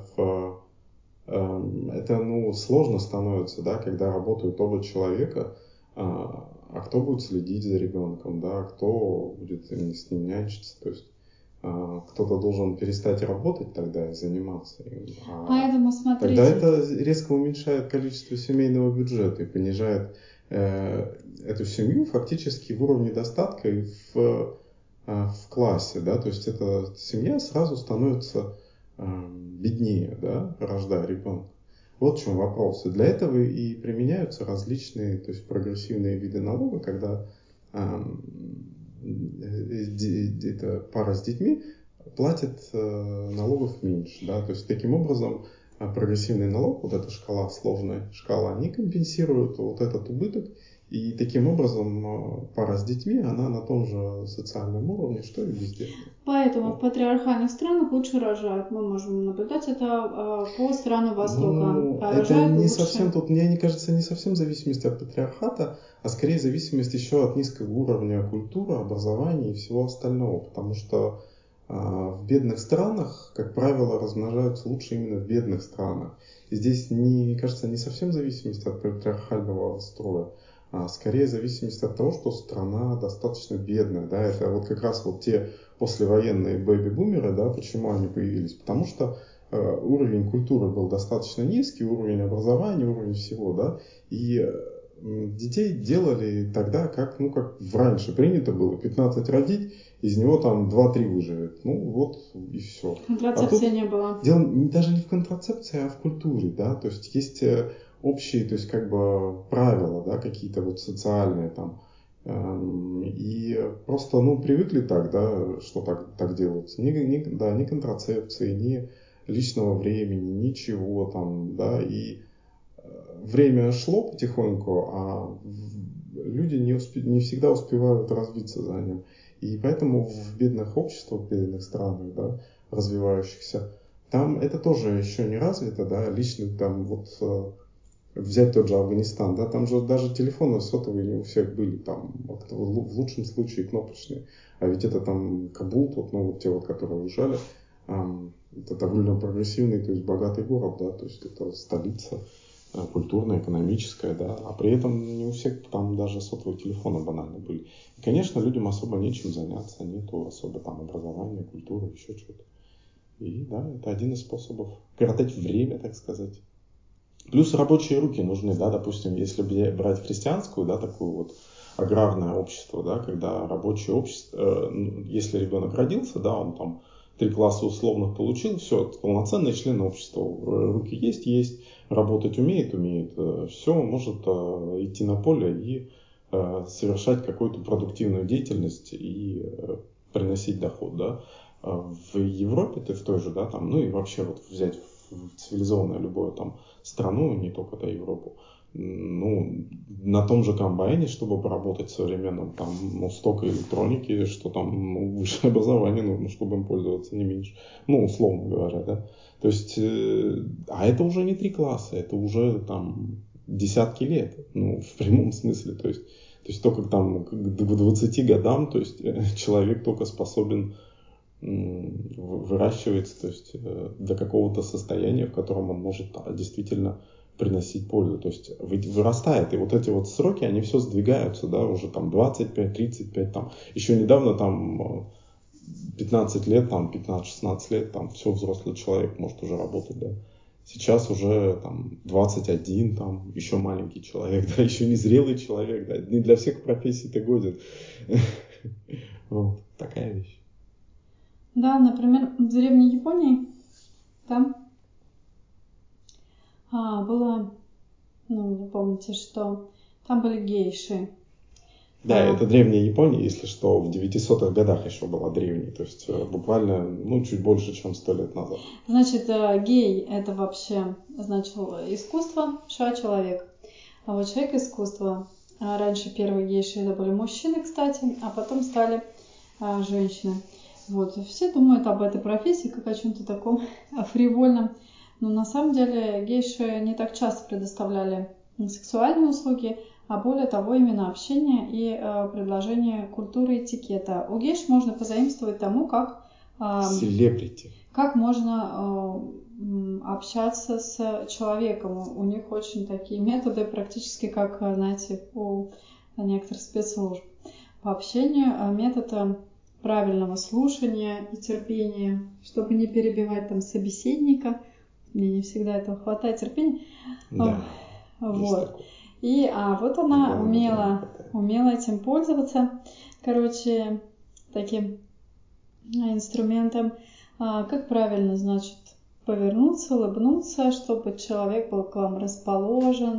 это, сложно становится, да, когда работают оба человека. А кто будет следить за ребенком, да, кто будет с ним нянчиться, то есть кто-то должен перестать работать тогда и заниматься им. Поэтому смотрите. Тогда это резко уменьшает количество семейного бюджета и понижает эту семью фактически в уровне достатка и в классе, да, то есть эта семья сразу становится беднее, да, рождая ребенка. Вот в чем вопрос. И для этого и применяются различные, то есть прогрессивные виды налога, когда это пара с детьми платит налогов меньше, да, то есть таким образом прогрессивный налог, вот эта шкала, сложная шкала, они компенсируют вот этот убыток, и таким образом пара с детьми, она на том же социальном уровне, что и бездетная. Поэтому в патриархальных странах лучше рожают. Мы можем наблюдать это по странам Востока. Ну, это не совсем, тут, мне кажется, не совсем зависимость от патриархата, а скорее зависимость еще от низкого уровня культуры, образования и всего остального. Потому что в бедных странах, как правило, размножаются лучше именно в бедных странах. И здесь, мне кажется, не совсем зависимость от патриархального строя, а скорее зависимость от того, что страна достаточно бедная. Да? Это вот как раз вот те послевоенные бэби-бумеры, да, почему они появились? Потому что уровень культуры был достаточно низкий, уровень образования, уровень всего, да, и детей делали тогда, как раньше принято было, 15 родить, из него там 2-3 выживет. Ну вот и все. Контрацепции не было. Дело даже не в контрацепции, а в культуре, да, то есть есть общие, то есть как бы правила, да, какие-то вот социальные там. И просто, привыкли так, да, что так делается. Ни контрацепции, ни личного времени, ничего там, да, и время шло потихоньку, а люди не всегда успевают развиться за ним. И поэтому в бедных обществах, в бедных странах, да, развивающихся, там это тоже еще не развито, да, личный там вот взять тот же Афганистан, да, там же даже телефоны сотовые не у всех были, там в лучшем случае кнопочные, а ведь это там Кабул, вот те вот, которые уезжали, это довольно прогрессивный, то есть богатый город, да, то есть это столица культурная, экономическая, да, а при этом не у всех там даже сотовые телефоны банально были. И, конечно, людям особо нечем заняться, нету особо там образования, культуры, еще что-то. И да, это один из способов коротать время, так сказать. Плюс рабочие руки нужны, да, допустим, если брать христианскую, да, такую вот аграрное общество, да, когда рабочее общество, если ребенок родился, да, он там 3 класса условных получил, все, полноценный член общества, руки есть, работать умеет, все, может идти на поле и совершать какую-то продуктивную деятельность и приносить доход, да. В Европе ты в той же, да, там, и вообще вот взять цивилизованное любое там страну, не только Европу, на том же комбайне, чтобы поработать современным, там, столько электроники, что там высшее образование нужно, чтобы им пользоваться не меньше. Условно говоря, да. То есть, а это уже не 3 класса, это уже там десятки лет, в прямом смысле, то есть только там к 20 годам, то есть человек только способен выращивается, то есть до какого-то состояния, в котором он может действительно приносить пользу. То есть вырастает. И вот эти вот сроки, они все сдвигаются, да, уже там 25, 35, там, еще недавно там 15 лет, там 15-16 лет, там все взрослый человек может уже работать, да. Сейчас уже там 21, там еще маленький человек, да, еще не зрелый человек, да, не для всех профессий ты годен. Вот такая вещь. Да, например, в древней Японии там было, вы помните, что там были гейши. Да, это древняя Япония, если что, в 900-х годах еще была древней, то есть буквально, чуть больше, чем 100 лет назад. Значит, гей – это вообще значило искусство, человек. А вот человек – искусство. Раньше первые гейши это были мужчины, кстати, а потом стали женщины. Вот, все думают об этой профессии как о чем-то таком фривольном. Но на самом деле гейши не так часто предоставляли сексуальные услуги, а более того именно общение и предложение культуры и этикета. У гейш можно позаимствовать тому, как селебрити. Как можно общаться с человеком. У них очень такие методы, практически как, знаете, у некоторых спецслужб по общению. Метод правильного слушания и терпения, чтобы не перебивать там собеседника. Мне не всегда этого хватает терпения. Да, вот. Вот она умела этим пользоваться. Короче, таким инструментом. Как правильно, значит, повернуться, улыбнуться, чтобы человек был к вам расположен.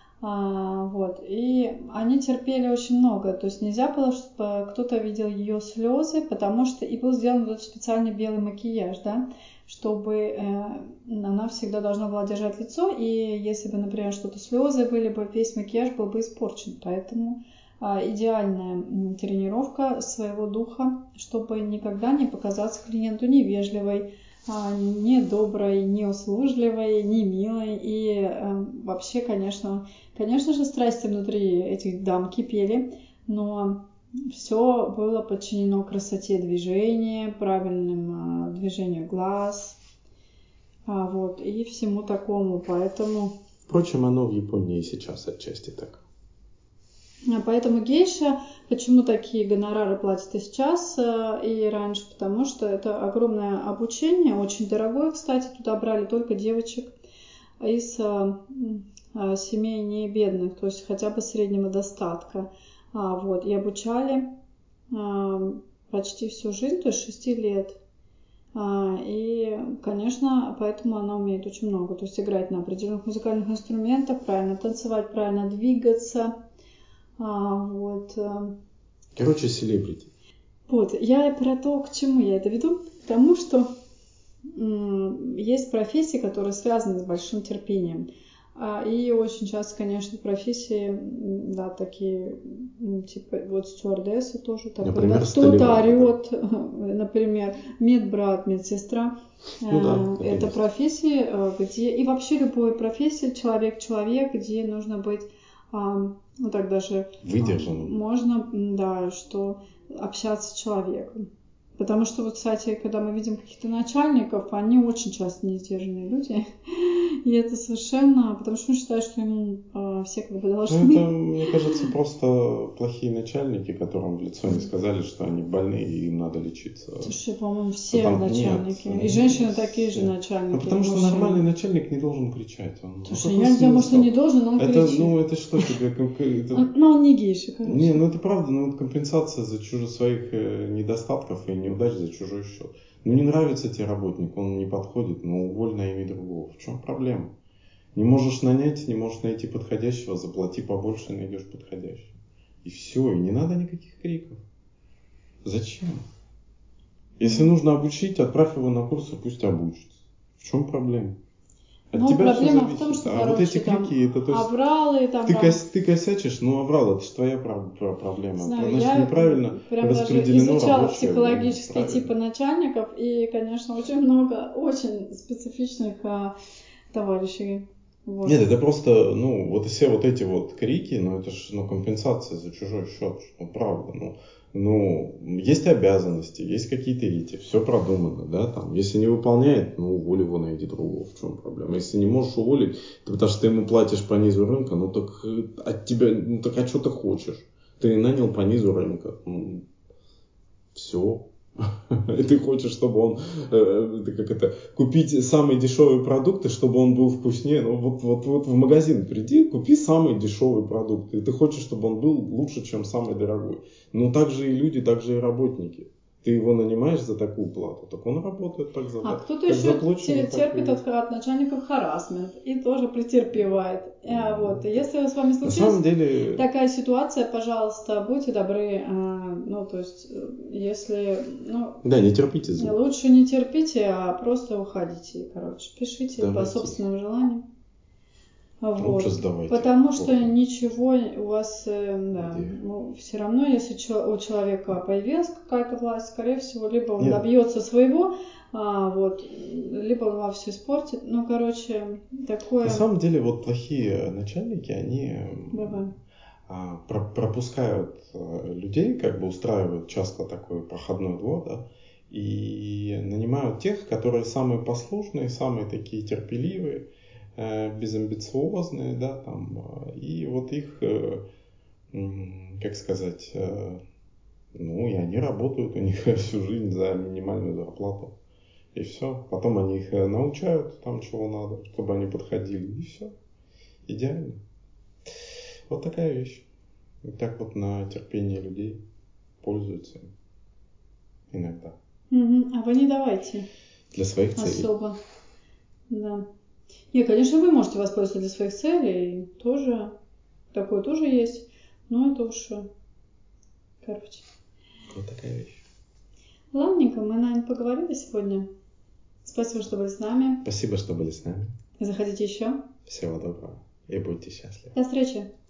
И они терпели очень много. То есть нельзя было, чтобы кто-то видел ее слезы, потому что и был сделан вот этот специальный белый макияж, да, чтобы она всегда должна была держать лицо, и если бы, например, что-то слезы были бы, весь макияж был бы испорчен. Поэтому идеальная тренировка своего духа, чтобы никогда не показаться клиенту невежливой, не доброй, не услужливой, не милой. И вообще, конечно же, страсти внутри этих дам кипели, но все было подчинено красоте движения, правильным движению глаз, и всему такому. Поэтому... Впрочем, оно в Японии сейчас отчасти так. Поэтому гейша, почему такие гонорары платят и сейчас, и раньше, потому что это огромное обучение, очень дорогое, кстати, туда брали только девочек из семей не бедных, то есть хотя бы среднего достатка, и обучали почти всю жизнь, то есть 6 лет. И, конечно, поэтому она умеет очень много, то есть играть на определенных музыкальных инструментах, правильно танцевать, правильно двигаться. Короче, селебрити. Я про то, к чему я это веду, к тому, что есть профессии, которые связаны с большим терпением. И очень часто, конечно, профессии, да, такие, типа, стюардессы тоже, так, например, когда кто-то орет, да. Например, медбрат, медсестра. Это профессии, где, и вообще любой профессии, человек, где нужно быть, так даже выдержанным. Можно, да, что общаться с человеком. Потому что, кстати, когда мы видим каких-то начальников, они очень часто не сдержанные люди. И это совершенно... Потому что он считает, что ему все как бы должны... Это, мне кажется, просто плохие начальники, которым в лицо не сказали, что они больны и им надо лечиться. Слушай, по-моему, все начальники. И женщины такие же начальники. Потому что нормальный начальник не должен кричать. Слушай, я не знаю, может, он не должен, но он кричит. Это что тебе... Но он не гейша, короче. Не, это правда, это компенсация за своих недостатков и неудач за чужой счет. Не нравится тебе работник, он не подходит, уволь найми другого. В чем проблема? Не можешь нанять, не можешь найти подходящего, заплати побольше и найдешь подходящего. И все, и не надо никаких криков. Зачем? Если нужно обучить, отправь его на курсы, пусть обучится. В чем проблема? От тебя проблема в том, что, вот эти крики, это то есть авралы, ты косячишь, аврал, это же твоя проблема. Знаю, значит, я неправильно прям распределено даже изучала рабочее психологические типы начальников, и, конечно, очень много очень специфичных товарищей. Нет, это просто, все вот эти крики, это же, компенсация за чужой счет, правда, есть обязанности, есть какие-то эти, все продумано, да, там, если не выполняет, уволь его, найди другого, в чем проблема. Если не можешь уволить, потому что ты ему платишь по низу рынка, так от тебя, а что ты хочешь? Ты нанял по низу рынка, все. И ты хочешь, чтобы он, купить самые дешевые продукты, чтобы он был вкуснее. Вот в магазин приди, купи самый дешевый продукт. И ты хочешь, чтобы он был лучше, чем самый дорогой. Так же и люди, так же и работники. Ты его нанимаешь за такую плату, так он работает так за кто-то еще терпит от начальников харассмент и тоже претерпевает. Если с вами случилась такая ситуация, пожалуйста, будьте добры, если... Да, не терпите зло. Лучше не терпите, а просто уходите, пишите по собственным желаниям. Лучше сдавайте. Потому что ничего у вас, все равно, если у человека появилась какая-то власть, скорее всего, либо он добьется своего, либо он вам все испортит. Такое... На самом деле, плохие начальники, они пропускают людей, устраивают часто такой проходной двор, да, и нанимают тех, которые самые послушные, самые такие терпеливые, безамбициозные, да, там, и их, и они работают у них всю жизнь за минимальную зарплату, и все. Потом они их научают там, чего надо, чтобы они подходили, и все. Идеально. Вот такая вещь. Вот так вот на терпение людей пользуются иногда. А вы не давайте. Для своих целей. Особо. Да. Нет, конечно, вы можете воспользоваться для своих целей. Тоже. Такое тоже есть. Но это уж короче. Вот такая вещь. Ладненько, мы, наверное, поговорили сегодня. Спасибо, что были с нами. Спасибо, что были с нами. Заходите еще. Всего доброго и будьте счастливы. До встречи.